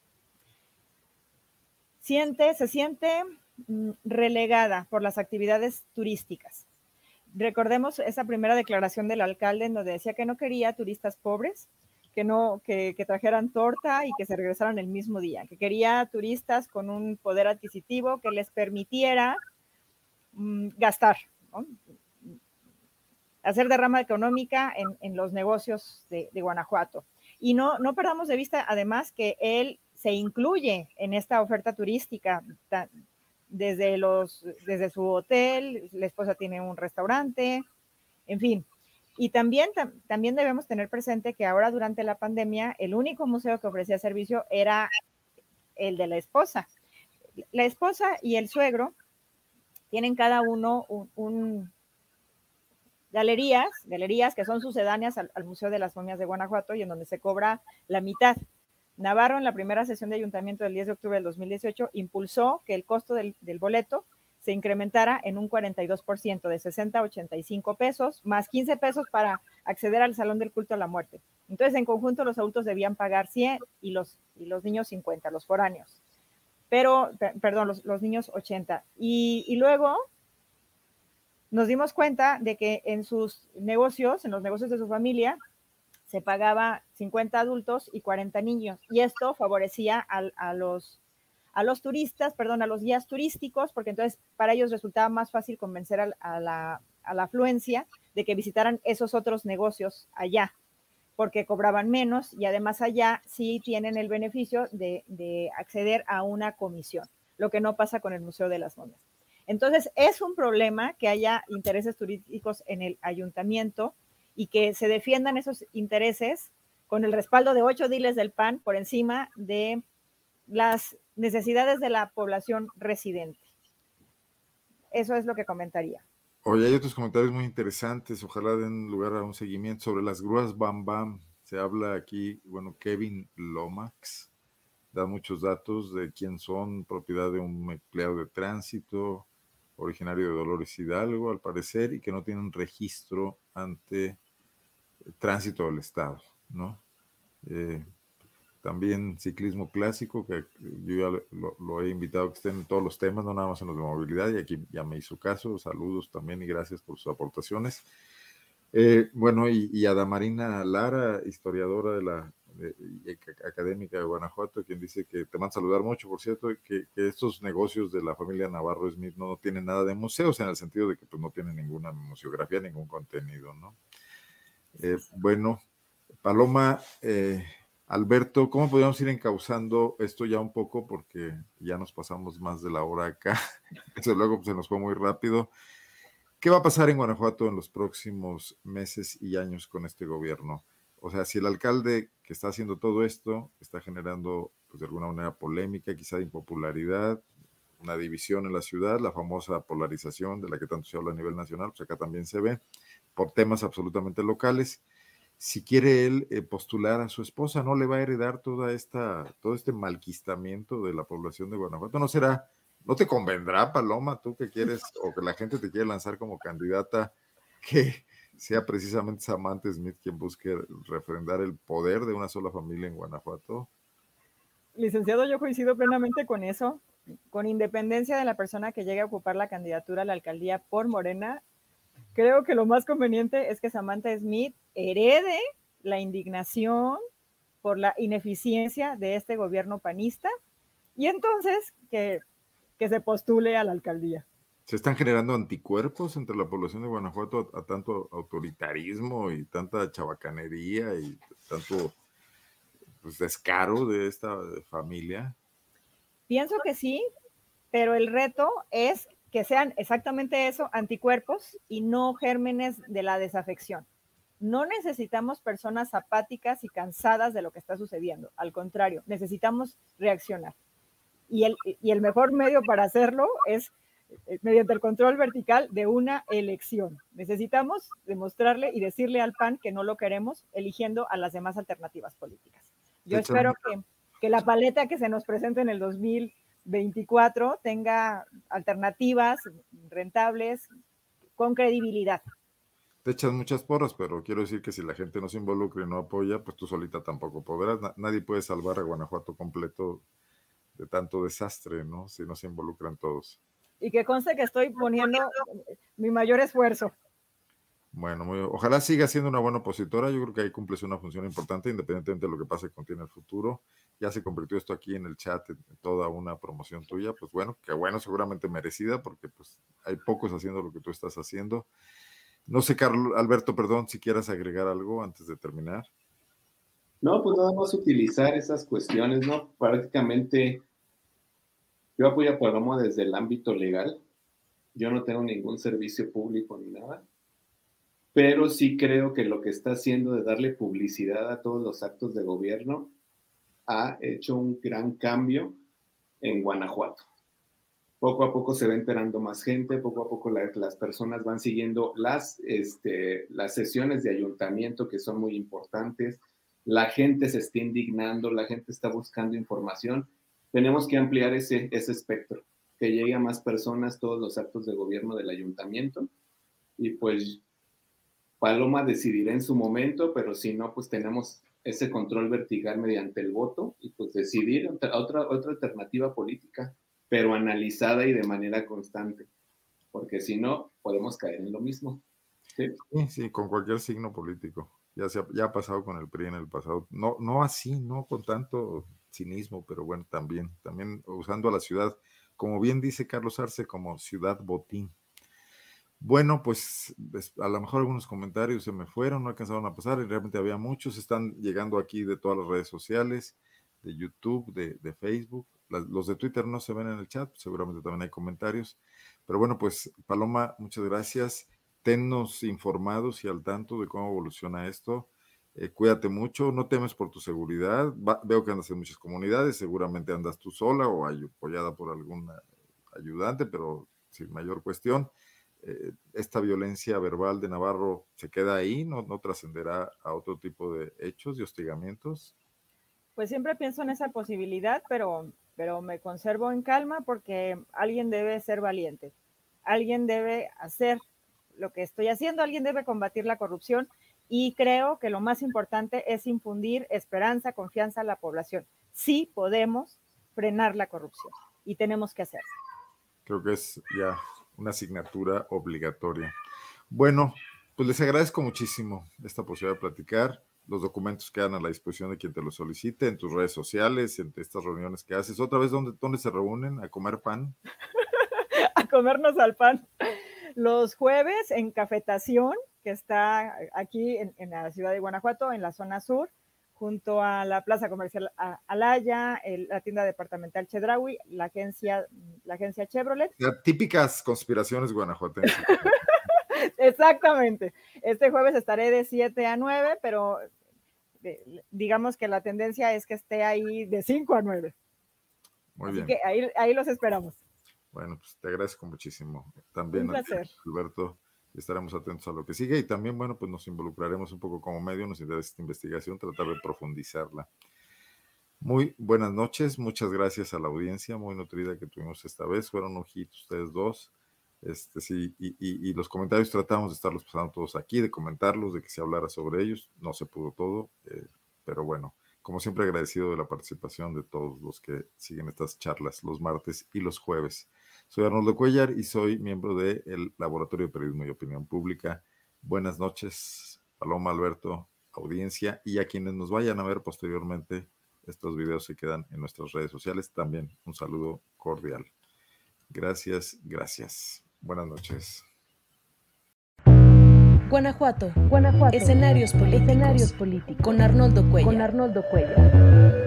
se siente relegada por las actividades turísticas. Recordemos esa primera declaración del alcalde en donde decía que no quería turistas pobres, que trajeran torta y que se regresaran el mismo día, que quería turistas con un poder adquisitivo que les permitiera gastar, ¿no? Hacer derrama económica en los negocios de Guanajuato. Y no perdamos de vista, además, que él se incluye en esta oferta turística, desde su hotel, la esposa tiene un restaurante, en fin. Y también debemos tener presente que ahora durante la pandemia el único museo que ofrecía servicio era el de la esposa. La esposa y el suegro tienen cada uno galerías que son sucedáneas al Museo de las Momias de Guanajuato y en donde se cobra la mitad. Navarro, en la primera sesión de ayuntamiento del 10 de octubre del 2018, impulsó que el costo del boleto se incrementara en un 42%, de 60 a 85 pesos, más 15 pesos para acceder al Salón del Culto a la Muerte. Entonces, en conjunto, los adultos debían pagar 100 y los niños 50, los foráneos. Pero, perdón, los niños 80. Y luego nos dimos cuenta de que en sus negocios, en los negocios de su familia, se pagaba 50 adultos y 40 niños. Y esto favorecía a los turistas, a los guías turísticos, porque entonces para ellos resultaba más fácil convencer a la afluencia de que visitaran esos otros negocios allá, porque cobraban menos y además allá sí tienen el beneficio de acceder a una comisión, lo que no pasa con el Museo de las Momias. Entonces es un problema que haya intereses turísticos en el ayuntamiento y que se defiendan esos intereses con el respaldo de 8 diles del PAN por encima de las necesidades de la población residente. Eso es lo que comentaría. Oye, hay otros comentarios muy interesantes, ojalá den lugar a un seguimiento sobre las grúas Bam Bam. Se habla aquí, bueno, Kevin Lomax da muchos datos de quién son, propiedad de un empleado de tránsito, originario de Dolores Hidalgo, al parecer, y que no tienen registro ante el tránsito del estado, ¿no? También ciclismo clásico, que yo ya lo he invitado a que estén en todos los temas, no nada más en los de movilidad, y aquí ya me hizo caso. Saludos también y gracias por sus aportaciones. Bueno, y a Damarina Lara, historiadora académica de Guanajuato, quien dice que te van a saludar mucho, por cierto, que estos negocios de la familia Navarro Smith no tienen nada de museos, en el sentido de que pues, no tienen ninguna museografía, ningún contenido, ¿no? Bueno, Paloma, Alberto, ¿cómo podríamos ir encauzando esto ya un poco? Porque ya nos pasamos más de la hora acá, desde luego pues, se nos fue muy rápido. ¿Qué va a pasar en Guanajuato en los próximos meses y años con este gobierno? O sea, si el alcalde que está haciendo todo esto está generando pues de alguna manera polémica, quizá de impopularidad, una división en la ciudad, la famosa polarización de la que tanto se habla a nivel nacional, pues acá también se ve, por temas absolutamente locales. Si quiere él postular a su esposa, no le va a heredar todo este malquistamiento de la población de Guanajuato. ¿No te convendrá, Paloma, tú que quieres, o que la gente te quiere lanzar como candidata, que sea precisamente Samantha Smith quien busque refrendar el poder de una sola familia en Guanajuato? Licenciado, yo coincido plenamente con eso. Con independencia de la persona que llegue a ocupar la candidatura a la alcaldía por Morena, creo que lo más conveniente es que Samantha Smith herede la indignación por la ineficiencia de este gobierno panista y entonces que se postule a la alcaldía. ¿Se están generando anticuerpos entre la población de Guanajuato a tanto autoritarismo y tanta chabacanería y tanto pues, descaro de esta familia? Pienso que sí, pero el reto es que sean exactamente eso, anticuerpos y no gérmenes de la desafección. No necesitamos personas apáticas y cansadas de lo que está sucediendo. Al contrario, necesitamos reaccionar. Y el mejor medio para hacerlo es mediante el control vertical de una elección. Necesitamos demostrarle y decirle al PAN que no lo queremos, eligiendo a las demás alternativas políticas. Yo espero que la paleta que se nos presente en el 2024 tenga alternativas rentables con credibilidad. Te echas muchas porras, pero quiero decir que si la gente no se involucra y no apoya, pues tú solita tampoco podrás. Nadie puede salvar a Guanajuato completo de tanto desastre, ¿no? Si no se involucran todos. Y que conste que estoy poniendo mi mayor esfuerzo. Bueno, ojalá siga siendo una buena opositora. Yo creo que ahí cumples una función importante, independientemente de lo que pase contigo en el futuro. Ya se convirtió esto aquí en el chat en toda una promoción tuya. Pues bueno, qué bueno, seguramente merecida, porque pues hay pocos haciendo lo que tú estás haciendo. No sé, Alberto, perdón, si quieras agregar algo antes de terminar. No, pues nada más utilizar esas cuestiones, ¿no? Prácticamente yo apoyo a Paloma desde el ámbito legal. Yo no tengo ningún servicio público ni nada. Pero sí creo que lo que está haciendo de darle publicidad a todos los actos de gobierno ha hecho un gran cambio en Guanajuato. Poco a poco se va enterando más gente, poco a poco las personas van siguiendo las sesiones de ayuntamiento que son muy importantes, la gente se está indignando, la gente está buscando información. Tenemos que ampliar ese espectro, que llegue a más personas todos los actos de gobierno del ayuntamiento y pues Paloma decidirá en su momento, pero si no, pues tenemos ese control vertical mediante el voto y pues decidir otra alternativa política, pero analizada y de manera constante, porque si no, podemos caer en lo mismo. Sí, sí, con cualquier signo político. Ya ha pasado con el PRI en el pasado. No así, no con tanto cinismo, pero bueno, también usando a la ciudad, como bien dice Carlos Arce, como ciudad botín. Bueno, pues a lo mejor algunos comentarios se me fueron, no alcanzaron a pasar, y realmente había muchos, están llegando aquí de todas las redes sociales, de YouTube, de Facebook, los de Twitter no se ven en el chat, seguramente también hay comentarios, pero bueno, pues Paloma, muchas gracias, tennos informados y al tanto de cómo evoluciona esto, cuídate mucho, no temes por tu seguridad, veo que andas en muchas comunidades, seguramente andas tú sola o apoyada por algún ayudante, pero sin mayor cuestión. Esta violencia verbal de Navarro se queda ahí, no trascenderá a otro tipo de hechos y hostigamientos. Pues siempre pienso en esa posibilidad, pero me conservo en calma porque alguien debe ser valiente, alguien debe hacer lo que estoy haciendo, alguien debe combatir la corrupción y creo que lo más importante es infundir esperanza, confianza a la población. Sí podemos frenar la corrupción y tenemos que hacerlo. Creo que es ya una asignatura obligatoria. Bueno, pues les agradezco muchísimo esta posibilidad de platicar. Los documentos quedan a la disposición de quien te los solicite en tus redes sociales, en estas reuniones que haces. ¿Otra vez dónde se reúnen? ¿A comer pan? A comernos al pan. Los jueves en Cafetación, que está aquí en la ciudad de Guanajuato, en la zona sur, junto a la Plaza Comercial Alaya, la tienda departamental Chedraui, la agencia Chevrolet. Típicas conspiraciones guanajuatenses. Exactamente. Este jueves estaré de 7 a 9, pero digamos que la tendencia es que esté ahí de 5 a 9. Muy Así bien. que ahí los esperamos. Bueno, pues te agradezco muchísimo. También, Un placer. Alberto, estaremos atentos a lo que sigue y también, bueno, pues nos involucraremos un poco como medio, nos interesa esta investigación, tratar de profundizarla. Muy buenas noches, muchas gracias a la audiencia muy nutrida que tuvimos esta vez, fueron ojitos ustedes dos, sí, y los comentarios tratamos de estarlos pasando todos aquí, de comentarlos, de que se hablara sobre ellos, no se pudo todo, pero bueno, como siempre agradecido de la participación de todos los que siguen estas charlas los martes y los jueves. Soy Arnoldo Cuellar y soy miembro del Laboratorio de Periodismo y Opinión Pública. Buenas noches, Paloma, Alberto, audiencia, y a quienes nos vayan a ver posteriormente. Estos videos se quedan en nuestras redes sociales. También un saludo cordial. Gracias, gracias. Buenas noches. Guanajuato. Escenarios políticos. Con Arnoldo Cuellar.